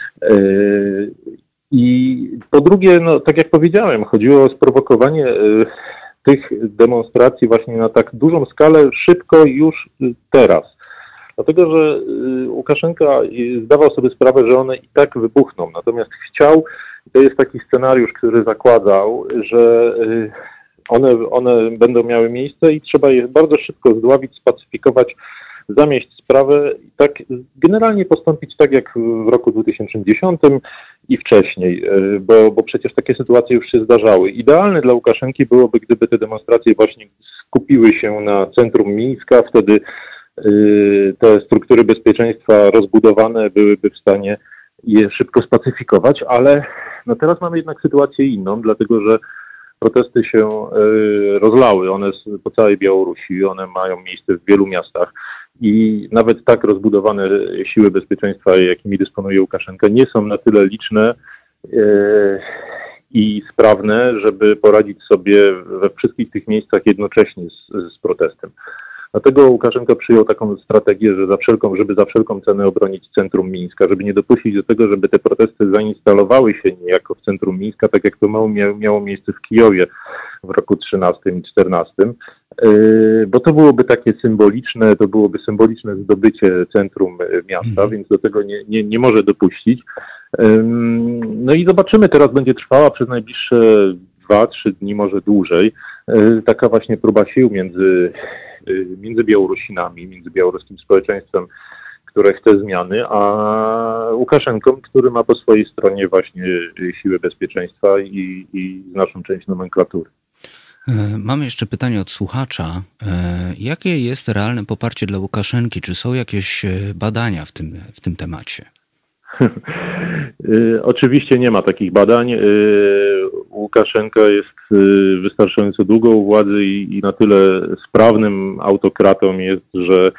I po drugie, no, tak jak powiedziałem, chodziło o sprowokowanie tych demonstracji właśnie na tak dużą skalę szybko już teraz. Dlatego, że Łukaszenka zdawał sobie sprawę, że one i tak wybuchną. Natomiast chciał, to jest taki scenariusz, który zakładał, że one będą miały miejsce i trzeba je bardzo szybko zdławić, spacyfikować, zamieść sprawę i tak generalnie postąpić tak jak w roku 2010 i wcześniej, bo przecież takie sytuacje już się zdarzały. Idealne dla Łukaszenki byłoby, gdyby te demonstracje właśnie skupiły się na centrum Mińska, wtedy te struktury bezpieczeństwa rozbudowane byłyby w stanie je szybko spacyfikować, ale no teraz mamy jednak sytuację inną, dlatego że protesty się rozlały, one po całej Białorusi, one mają miejsce w wielu miastach i nawet tak rozbudowane siły bezpieczeństwa, jakimi dysponuje Łukaszenka, nie są na tyle liczne i sprawne, żeby poradzić sobie we wszystkich tych miejscach jednocześnie z protestem. Dlatego Łukaszenka przyjął taką strategię, że żeby za wszelką cenę obronić centrum Mińska, żeby nie dopuścić do tego, żeby te protesty zainstalowały się niejako w centrum Mińska, tak jak to miało miejsce w Kijowie w roku 13 i 14, bo to byłoby takie symboliczne, to byłoby symboliczne zdobycie centrum miasta, więc do tego nie może dopuścić. No i zobaczymy, teraz będzie trwała przez najbliższe 2-3 dni, może dłużej, taka właśnie próba sił między Białorusinami, między białoruskim społeczeństwem, które chce zmiany, a Łukaszenką, który ma po swojej stronie właśnie siły bezpieczeństwa i znaczną część nomenklatury. Mamy jeszcze pytanie od słuchacza. Jakie jest realne poparcie dla Łukaszenki? Czy są jakieś badania w tym temacie? Oczywiście nie ma takich badań. Łukaszenka jest wystarczająco długo u władzy i na tyle sprawnym autokratą jest, że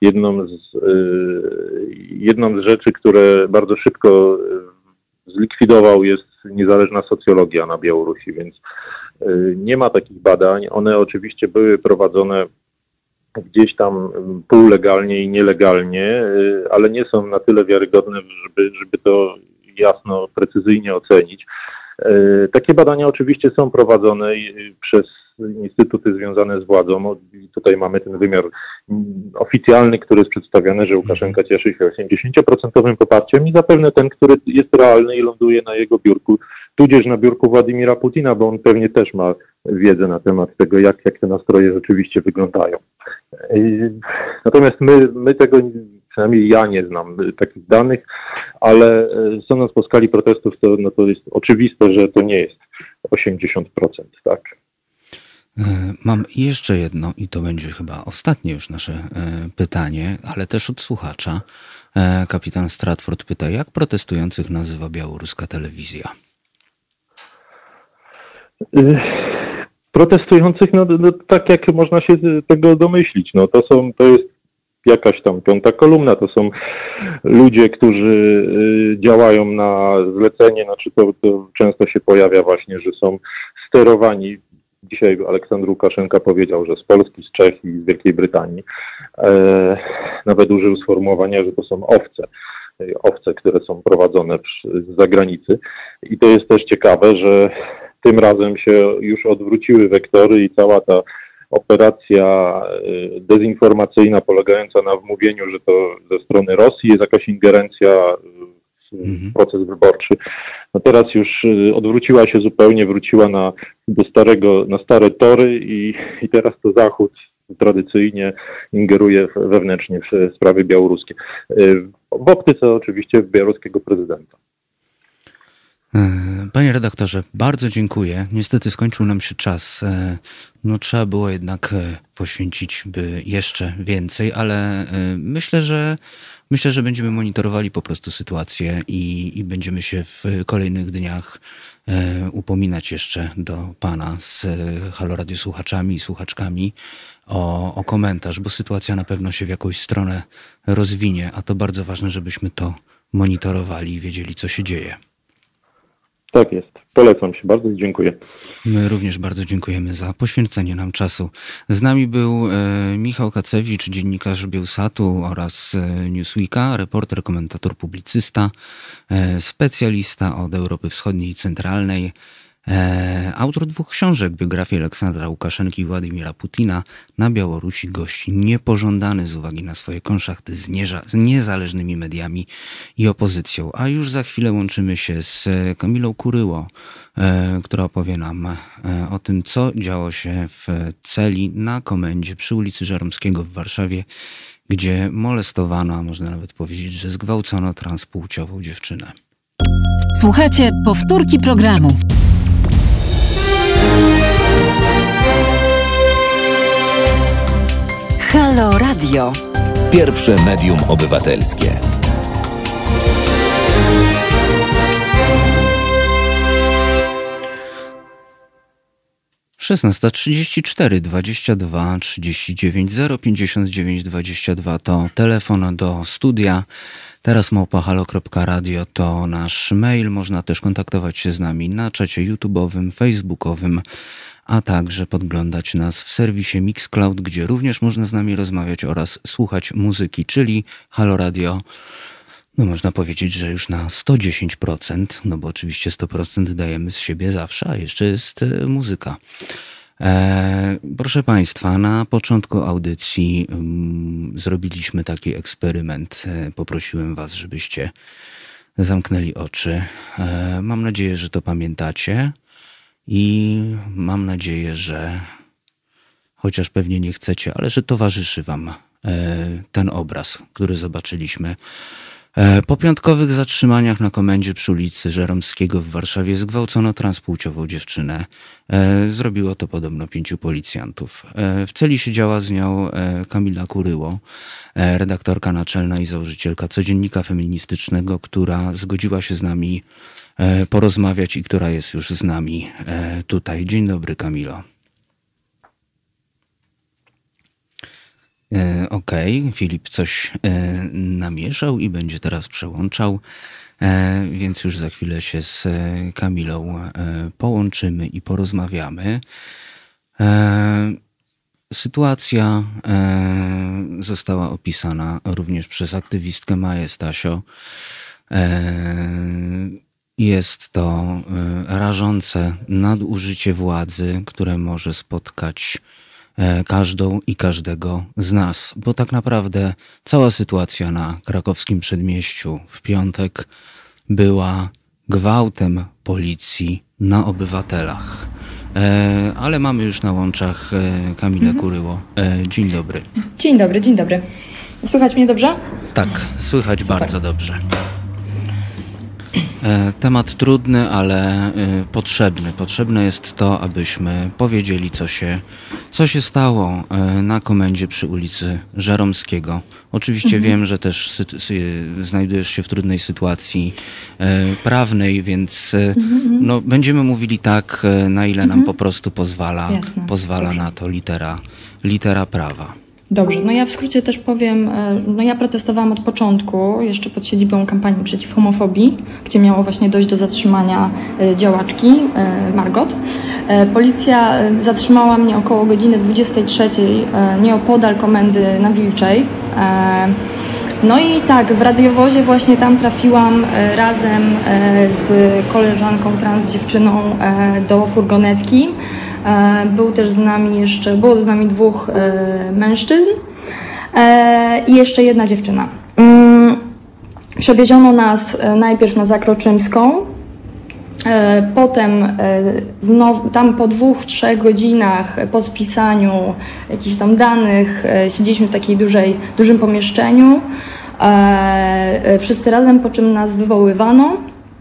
jedną z rzeczy, które bardzo szybko zlikwidował, jest niezależna socjologia na Białorusi, więc nie ma takich badań. One oczywiście były prowadzone gdzieś tam półlegalnie i nielegalnie, ale nie są na tyle wiarygodne, żeby to jasno, precyzyjnie ocenić. Takie badania oczywiście są prowadzone przez instytuty związane z władzą. Tutaj mamy ten wymiar oficjalny, który jest przedstawiany, że Łukaszenka cieszy się 80% poparciem i zapewne ten, który jest realny i ląduje na jego biurku, tudzież na biurku Władimira Putina, bo on pewnie też ma wiedzę na temat tego, jak te nastroje rzeczywiście wyglądają. Natomiast my tego, przynajmniej ja nie znam takich danych, ale sądząc po skali protestów, to jest oczywiste, że to nie jest 80%, tak. Mam jeszcze jedno i to będzie chyba ostatnie już nasze pytanie, ale też od słuchacza. Kapitan Stratford pyta, jak protestujących nazywa białoruska telewizja? Protestujących, no tak jak można się tego domyślić, no to jest jakaś tam piąta kolumna, to są ludzie, którzy działają na zlecenie, znaczy to często się pojawia właśnie, że są sterowani. Dzisiaj Aleksandr Łukaszenka powiedział, że z Polski, z Czech i z Wielkiej Brytanii. Nawet użył sformułowania, że to są owce, które są prowadzone z zagranicy. I to jest też ciekawe, że tym razem się już odwróciły wektory i cała ta operacja dezinformacyjna polegająca na wmówieniu, że to ze strony Rosji jest jakaś ingerencja w proces wyborczy. No teraz już odwróciła się zupełnie, wróciła na stare tory i teraz to Zachód tradycyjnie ingeruje wewnętrznie w sprawy białoruskie. W optyce oczywiście białoruskiego prezydenta. Panie redaktorze, bardzo dziękuję. Niestety skończył nam się czas. No, trzeba było jednak poświęcić by jeszcze więcej, ale myślę, że będziemy monitorowali po prostu sytuację i będziemy się w kolejnych dniach upominać jeszcze do pana z Halo Radio słuchaczami i słuchaczkami o komentarz, bo sytuacja na pewno się w jakąś stronę rozwinie, a to bardzo ważne, żebyśmy to monitorowali i wiedzieli, co się dzieje. Tak jest. Polecam się bardzo i dziękuję. My również bardzo dziękujemy za poświęcenie nam czasu. Z nami był Michał Kacewicz, dziennikarz Biełsatu oraz Newsweeka, reporter, komentator, publicysta, specjalista od Europy Wschodniej i Centralnej, autor 2 książek, biografii Aleksandra Łukaszenki i Władimira Putina. Na Białorusi gości niepożądany z uwagi na swoje konszachty z niezależnymi mediami i opozycją. A już za chwilę łączymy się z Kamilą Kuryło, która opowie nam o tym, co działo się w celi na komendzie przy ulicy Żeromskiego w Warszawie, gdzie molestowano, a można nawet powiedzieć, że zgwałcono transpłciową dziewczynę. Słuchajcie powtórki programu. Halo Radio. Pierwsze medium obywatelskie. Szesnasta 34 22 39 059 22 to telefon do studia. Teraz @halo.radio to nasz mail. Można też kontaktować się z nami na czacie YouTube'owym, Facebookowym, a także podglądać nas w serwisie Mixcloud, gdzie również można z nami rozmawiać oraz słuchać muzyki, czyli Halo Radio. No można powiedzieć, że już na 110%, no bo oczywiście 100% dajemy z siebie zawsze, a jeszcze jest muzyka. Proszę Państwa, na początku audycji zrobiliśmy taki eksperyment. Poprosiłem Was, żebyście zamknęli oczy. Mam nadzieję, że to pamiętacie i mam nadzieję, że chociaż pewnie nie chcecie, ale że towarzyszy Wam ten obraz, który zobaczyliśmy. Po piątkowych zatrzymaniach na komendzie przy ulicy Żeromskiego w Warszawie zgwałcono transpłciową dziewczynę. Zrobiło to podobno 5 policjantów. W celi siedziała z nią Kamila Kuryło, redaktorka naczelna i założycielka codziennika feministycznego, która zgodziła się z nami porozmawiać i która jest już z nami tutaj. Dzień dobry, Kamilo. Okej, Filip coś namieszał i będzie teraz przełączał, więc już za chwilę się z Kamilą połączymy i porozmawiamy. Sytuacja została opisana również przez aktywistkę Maję Stasio. Jest to rażące nadużycie władzy, które może spotkać każdą i każdego z nas, bo tak naprawdę cała sytuacja na krakowskim przedmieściu w piątek była gwałtem policji na obywatelach. Ale mamy już na łączach Kamilę Kuryło. Dzień dobry. Dzień dobry, dzień dobry. Słychać mnie dobrze? Tak, słychać super. Bardzo dobrze. Temat trudny, ale potrzebny. Potrzebne jest to, abyśmy powiedzieli, co się stało na komendzie przy ulicy Żeromskiego. Oczywiście wiem, że też znajdujesz się w trudnej sytuacji prawnej, więc no, będziemy mówili tak, na ile nam po prostu pozwala na to litera prawa. Dobrze, no ja w skrócie też powiem, no ja protestowałam od początku, jeszcze pod siedzibą kampanii przeciw homofobii, gdzie miało właśnie dojść do zatrzymania działaczki Margot. Policja zatrzymała mnie około godziny 23 nieopodal komendy na Wilczej. No i tak, w radiowozie właśnie tam trafiłam razem z koleżanką trans dziewczyną do furgonetki. Było z nami 2 mężczyzn i jeszcze jedna dziewczyna. Przewieziono nas najpierw na Zakroczymską, Potem znowu, tam po 2-3 godzinach po spisaniu jakichś tam danych siedzieliśmy w takiej dużym pomieszczeniu, wszyscy razem, po czym nas wywoływano.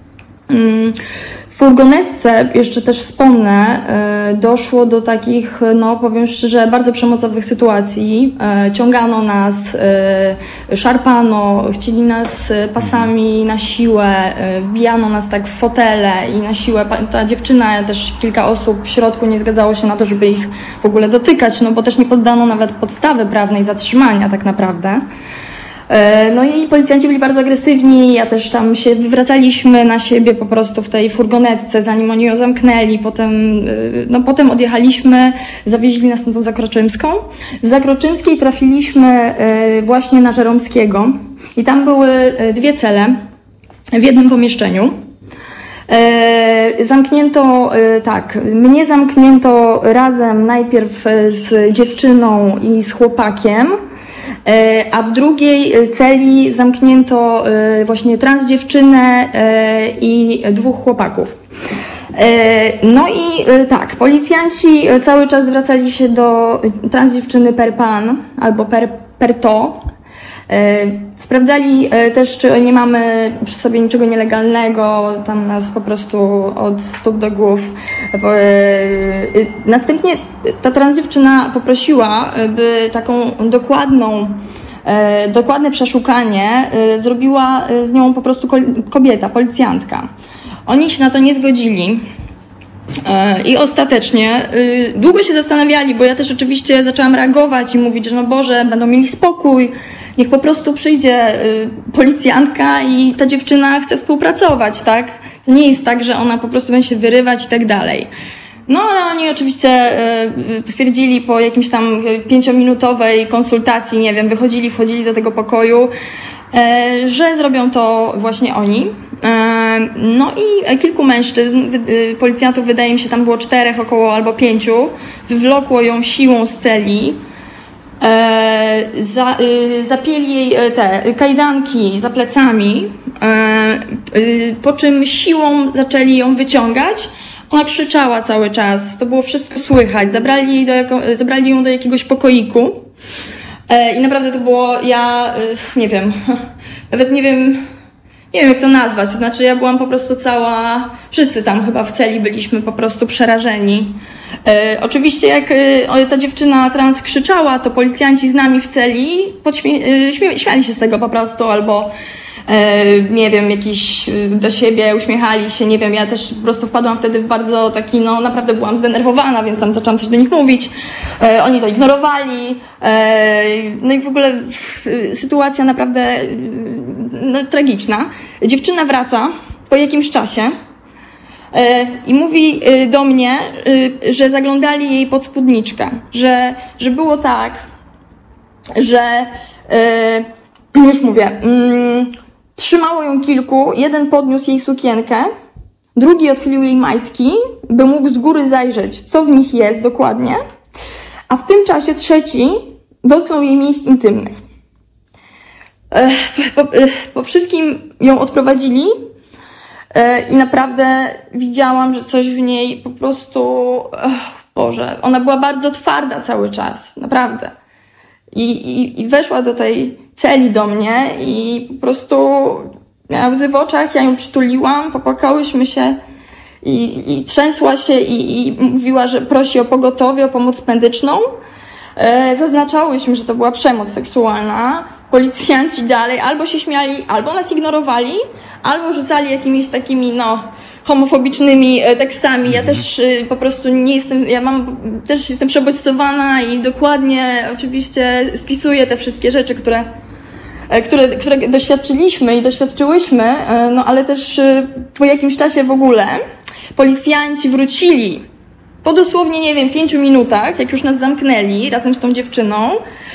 W furgonetce, jeszcze też wspomnę, doszło do takich, no powiem szczerze, bardzo przemocowych sytuacji. Ciągano nas, szarpano, chcieli nas pasami na siłę, wbijano nas tak w fotele i na siłę. Ta dziewczyna, też kilka osób w środku nie zgadzało się na to, żeby ich w ogóle dotykać, no bo też nie poddano nawet podstawy prawnej zatrzymania tak naprawdę. No i policjanci byli bardzo agresywni, ja też tam się wywracaliśmy na siebie po prostu w tej furgonetce, zanim oni ją zamknęli. Potem odjechaliśmy, zawieźli nas na tą Zakroczymską. Z Zakroczymskiej trafiliśmy właśnie na Żeromskiego i tam były 2 cele w jednym pomieszczeniu. Zamknięto, mnie zamknięto razem najpierw z dziewczyną i z chłopakiem, a w drugiej celi zamknięto właśnie trans dziewczynę i 2 chłopaków. No i tak, policjanci cały czas zwracali się do trans dziewczyny per pan albo per to. Sprawdzali też, czy nie mamy przy sobie niczego nielegalnego, tam nas po prostu od stóp do głów. Następnie ta trans dziewczyna poprosiła, by taką dokładne przeszukanie zrobiła z nią po prostu kobieta, policjantka. Oni się na to nie zgodzili. I ostatecznie długo się zastanawiali, bo ja też oczywiście zaczęłam reagować i mówić, że no Boże, będą mieli spokój, niech po prostu przyjdzie policjantka i ta dziewczyna chce współpracować, tak? To nie jest tak, że ona po prostu będzie się wyrywać i tak dalej. No ale oni oczywiście stwierdzili po jakimś tam 5-minutowej konsultacji, nie wiem, wchodzili do tego pokoju, że zrobią to właśnie oni. No i kilku mężczyzn, policjantów, wydaje mi się, tam było 4 około albo 5, wywlokło ją siłą z celi, zapięli jej te kajdanki za plecami, po czym siłą zaczęli ją wyciągać. Ona krzyczała cały czas, to było wszystko słychać, zabrali ją do jakiegoś pokoiku i naprawdę to było, ja nie wiem, nawet nie wiem jak to nazwać, to znaczy ja byłam po prostu wszyscy tam chyba w celi byliśmy po prostu przerażeni. Oczywiście jak ta dziewczyna trans krzyczała, to policjanci z nami w celi śmiali się z tego po prostu, albo nie wiem, jakiś do siebie uśmiechali się, nie wiem, ja też po prostu wpadłam wtedy w bardzo taki, no naprawdę byłam zdenerwowana, więc tam zaczęłam coś do nich mówić, oni to ignorowali, no i w ogóle sytuacja naprawdę no, tragiczna. Dziewczyna wraca po jakimś czasie i mówi do mnie, że zaglądali jej pod spódniczkę, że było tak, że już mówię, trzymało ją kilku, jeden podniósł jej sukienkę, drugi odchylił jej majtki, by mógł z góry zajrzeć, co w nich jest dokładnie, a w tym czasie trzeci dotknął jej miejsc intymnych. Po wszystkim ją odprowadzili i naprawdę widziałam, że coś w niej po prostu, Boże, ona była bardzo twarda cały czas, naprawdę. I weszła do tej celi do mnie i po prostu miała łzy w oczach, ja ją przytuliłam, popłakałyśmy się i trzęsła się i mówiła, że prosi o pogotowie, o pomoc medyczną. Zaznaczałyśmy, że to była przemoc seksualna. Policjanci dalej albo się śmiali, albo nas ignorowali, albo rzucali jakimiś takimi, no, homofobicznymi tekstami. Ja też po prostu nie jestem, też jestem przebodźcowana i dokładnie oczywiście spisuję te wszystkie rzeczy, które doświadczyliśmy i doświadczyłyśmy, no ale też po jakimś czasie w ogóle policjanci wrócili po dosłownie, nie wiem, 5 minutach, jak już nas zamknęli razem z tą dziewczyną,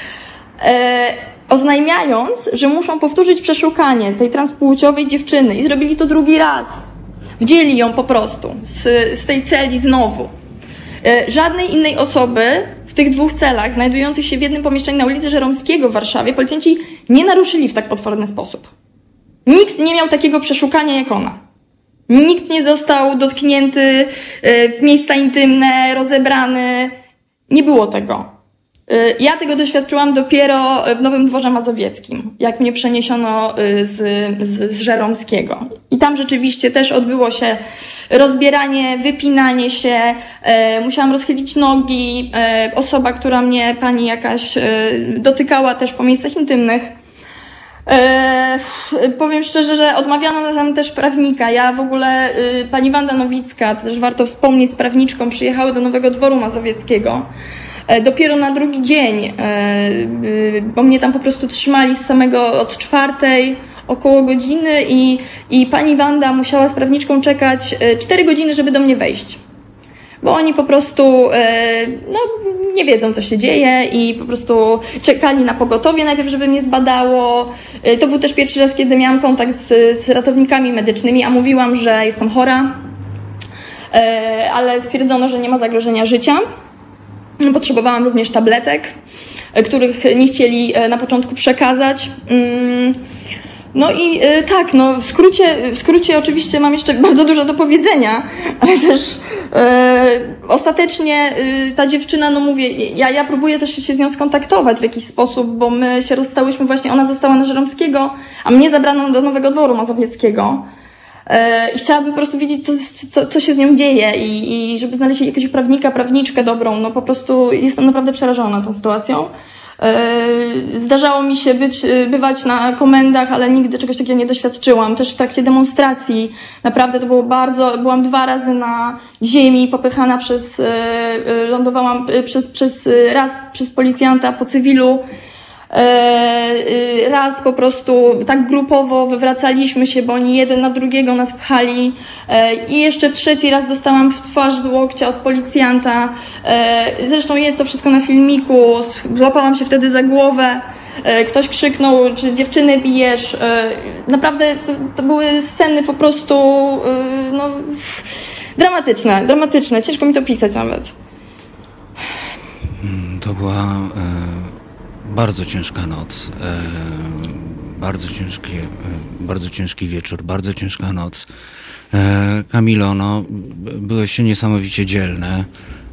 oznajmiając, że muszą powtórzyć przeszukanie tej transpłciowej dziewczyny i zrobili to drugi raz. Wzięli ją po prostu z tej celi znowu. Żadnej innej osoby w tych 2 celach, znajdujących się w jednym pomieszczeniu na ulicy Żeromskiego w Warszawie, policjanci nie naruszyli w tak potworny sposób. Nikt nie miał takiego przeszukania jak ona. Nikt nie został dotknięty w miejsca intymne, rozebrany. Nie było tego. Ja tego doświadczyłam dopiero w Nowym Dworze Mazowieckim, jak mnie przeniesiono z Żeromskiego. I tam rzeczywiście też odbyło się rozbieranie, wypinanie się, musiałam rozchylić nogi. Osoba, która mnie, pani jakaś, dotykała też po miejscach intymnych. Powiem szczerze, że odmawiano nam też prawnika. Ja w ogóle, pani Wanda Nowicka, to też warto wspomnieć, z prawniczką przyjechały do Nowego Dworu Mazowieckiego. Dopiero na drugi dzień, bo mnie tam po prostu trzymali od 4 około godziny i pani Wanda musiała z prawniczką czekać 4 godziny, żeby do mnie wejść. Bo oni po prostu nie wiedzą, co się dzieje i po prostu czekali na pogotowie najpierw, żeby mnie zbadało. To był też pierwszy raz, kiedy miałam kontakt z ratownikami medycznymi, a mówiłam, że jestem chora, ale stwierdzono, że nie ma zagrożenia życia. Potrzebowałam również tabletek, których nie chcieli na początku przekazać. No i tak, no w skrócie oczywiście mam jeszcze bardzo dużo do powiedzenia, ale też ostatecznie ta dziewczyna, no mówię, ja próbuję też się z nią skontaktować w jakiś sposób, bo my się rozstałyśmy właśnie, ona została na Żeromskiego, a mnie zabrano do Nowego Dworu Mazowieckiego. I chciałabym po prostu wiedzieć, co się z nią dzieje i żeby znaleźć jakiegoś prawnika, prawniczkę dobrą. No po prostu jestem naprawdę przerażona tą sytuacją. Zdarzało mi się bywać na komendach, ale nigdy czegoś takiego nie doświadczyłam. Też w trakcie demonstracji naprawdę to było byłam 2 razy na ziemi, popychana lądowałam raz przez policjanta po cywilu. Raz po prostu tak grupowo wywracaliśmy się, bo oni jeden na drugiego nas pchali i jeszcze 3. raz dostałam w twarz z łokcia od policjanta. Zresztą jest to wszystko na filmiku, złapałam się wtedy za głowę, ktoś krzyknął, czy dziewczyny bijesz. Naprawdę to były sceny po prostu dramatyczne, ciężko mi to pisać nawet. To była bardzo ciężka noc, bardzo ciężki wieczór, bardzo ciężka noc. Kamilo, no, byłeś się niesamowicie dzielne.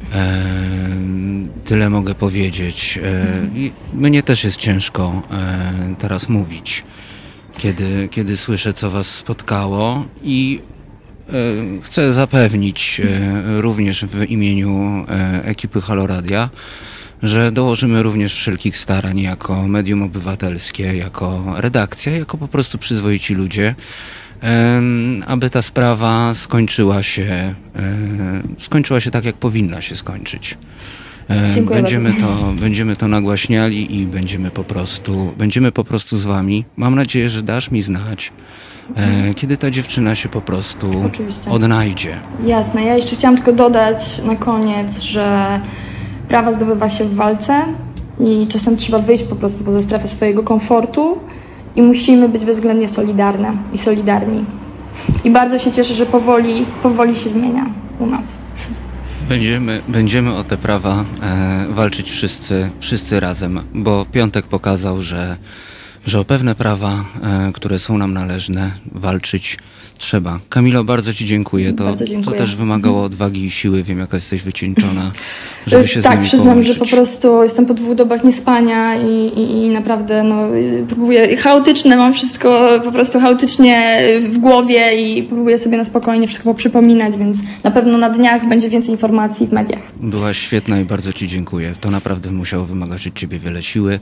Tyle mogę powiedzieć. Mnie też jest ciężko teraz mówić, kiedy słyszę, co was spotkało i chcę zapewnić również w imieniu ekipy Halo Radia, że dołożymy również wszelkich starań jako medium obywatelskie, jako redakcja, jako po prostu przyzwoici ludzie, aby ta sprawa skończyła się tak, jak powinna się skończyć. Będziemy to nagłaśniali i będziemy po prostu z wami. Mam nadzieję, że dasz mi znać, kiedy ta dziewczyna się po prostu odnajdzie. Jasne. Ja jeszcze chciałam tylko dodać na koniec, że prawa zdobywa się w walce i czasem trzeba wyjść po prostu poza strefę swojego komfortu i musimy być bezwzględnie solidarne i solidarni. I bardzo się cieszę, że powoli się zmienia u nas. Będziemy o te prawa walczyć wszyscy razem, bo piątek pokazał, że o pewne prawa, które są nam należne, walczyć trzeba. Kamilo, bardzo ci dziękuję. To też wymagało odwagi i siły. Wiem, jaka jesteś wycieńczona, żeby się z nami przyznam, połączyć. że po prostu jestem po 2 dobach niespania i naprawdę próbuję. Chaotyczne, mam wszystko po prostu chaotycznie w głowie i próbuję sobie na spokojnie wszystko poprzypominać, więc na pewno na dniach będzie więcej informacji w mediach. Byłaś świetna i bardzo ci dziękuję. To naprawdę musiało wymagać od ciebie wiele siły.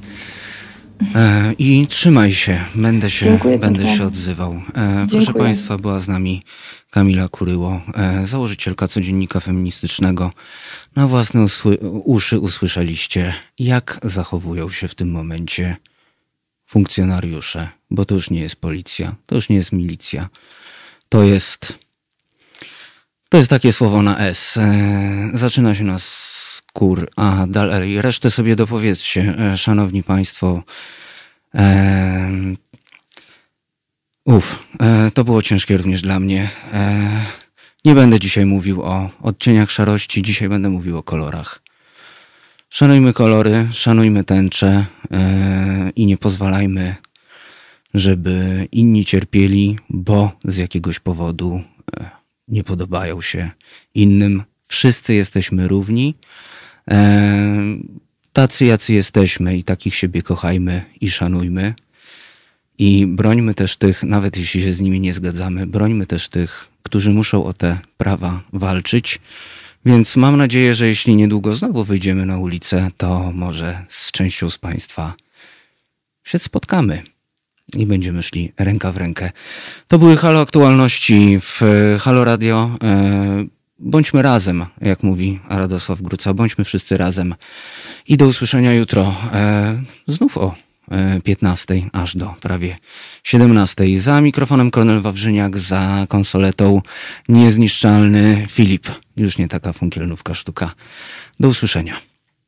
I trzymaj się, będę się odzywał. Proszę Państwa, była z nami Kamila Kuryło, założycielka codziennika feministycznego. Na własne uszy usłyszeliście, jak zachowują się w tym momencie funkcjonariusze, bo to już nie jest policja, to już nie jest milicja. To jest takie słowo na S. Zaczyna się na skór, a dalej resztę sobie dopowiedzcie, szanowni państwo. To było ciężkie również dla mnie. Nie będę dzisiaj mówił o odcieniach szarości, dzisiaj będę mówił o kolorach. Szanujmy kolory, szanujmy tęcze i nie pozwalajmy, żeby inni cierpieli, bo z jakiegoś powodu nie podobają się innym. Wszyscy jesteśmy równi. Tacy, jacy jesteśmy i takich siebie kochajmy i szanujmy. I brońmy też tych, nawet jeśli się z nimi nie zgadzamy, brońmy też tych, którzy muszą o te prawa walczyć. Więc mam nadzieję, że jeśli niedługo znowu wyjdziemy na ulicę, to może z częścią z Państwa się spotkamy i będziemy szli ręka w rękę. To były Halo Aktualności w Halo Radio. Bądźmy razem, jak mówi Radosław Gruca, bądźmy wszyscy razem. I do usłyszenia jutro znów o 15 aż do prawie 17. Za mikrofonem Kornel Wawrzyniak, za konsoletą niezniszczalny Filip. Już nie taka funkielnówka sztuka. Do usłyszenia.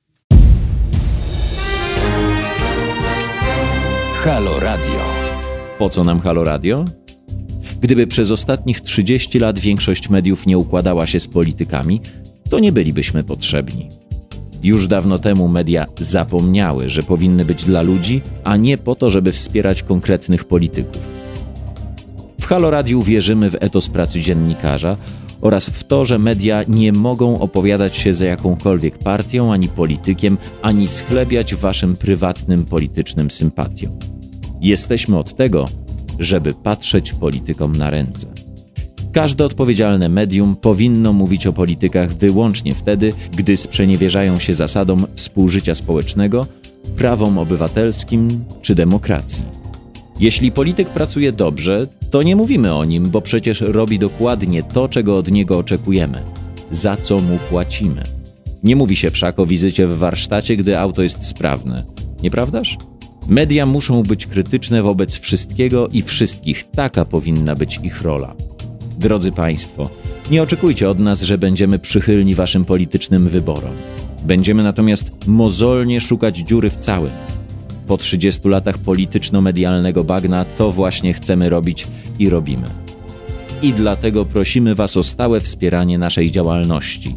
Halo Radio. Po co nam Halo Radio? Gdyby przez ostatnich 30 lat większość mediów nie układała się z politykami, to nie bylibyśmy potrzebni. Już dawno temu media zapomniały, że powinny być dla ludzi, a nie po to, żeby wspierać konkretnych polityków. W Halo Radiu wierzymy w etos pracy dziennikarza oraz w to, że media nie mogą opowiadać się za jakąkolwiek partią ani politykiem, ani schlebiać waszym prywatnym politycznym sympatiom. Jesteśmy od tego, żeby patrzeć politykom na ręce. Każde odpowiedzialne medium powinno mówić o politykach wyłącznie wtedy, gdy sprzeniewierzają się zasadom współżycia społecznego, prawom obywatelskim czy demokracji. Jeśli polityk pracuje dobrze, to nie mówimy o nim, bo przecież robi dokładnie to, czego od niego oczekujemy, za co mu płacimy. Nie mówi się wszak o wizycie w warsztacie, gdy auto jest sprawne. Nieprawdaż? Media muszą być krytyczne wobec wszystkiego i wszystkich. Taka powinna być ich rola. Drodzy Państwo, nie oczekujcie od nas, że będziemy przychylni waszym politycznym wyborom. Będziemy natomiast mozolnie szukać dziury w całym. Po 30 latach polityczno-medialnego bagna to właśnie chcemy robić i robimy. I dlatego prosimy was o stałe wspieranie naszej działalności.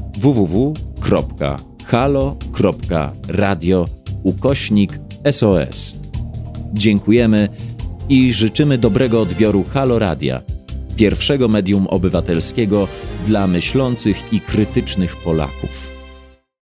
www.halo.radio/SOS. Dziękujemy i życzymy dobrego odbioru Halo Radia, pierwszego medium obywatelskiego dla myślących i krytycznych Polaków.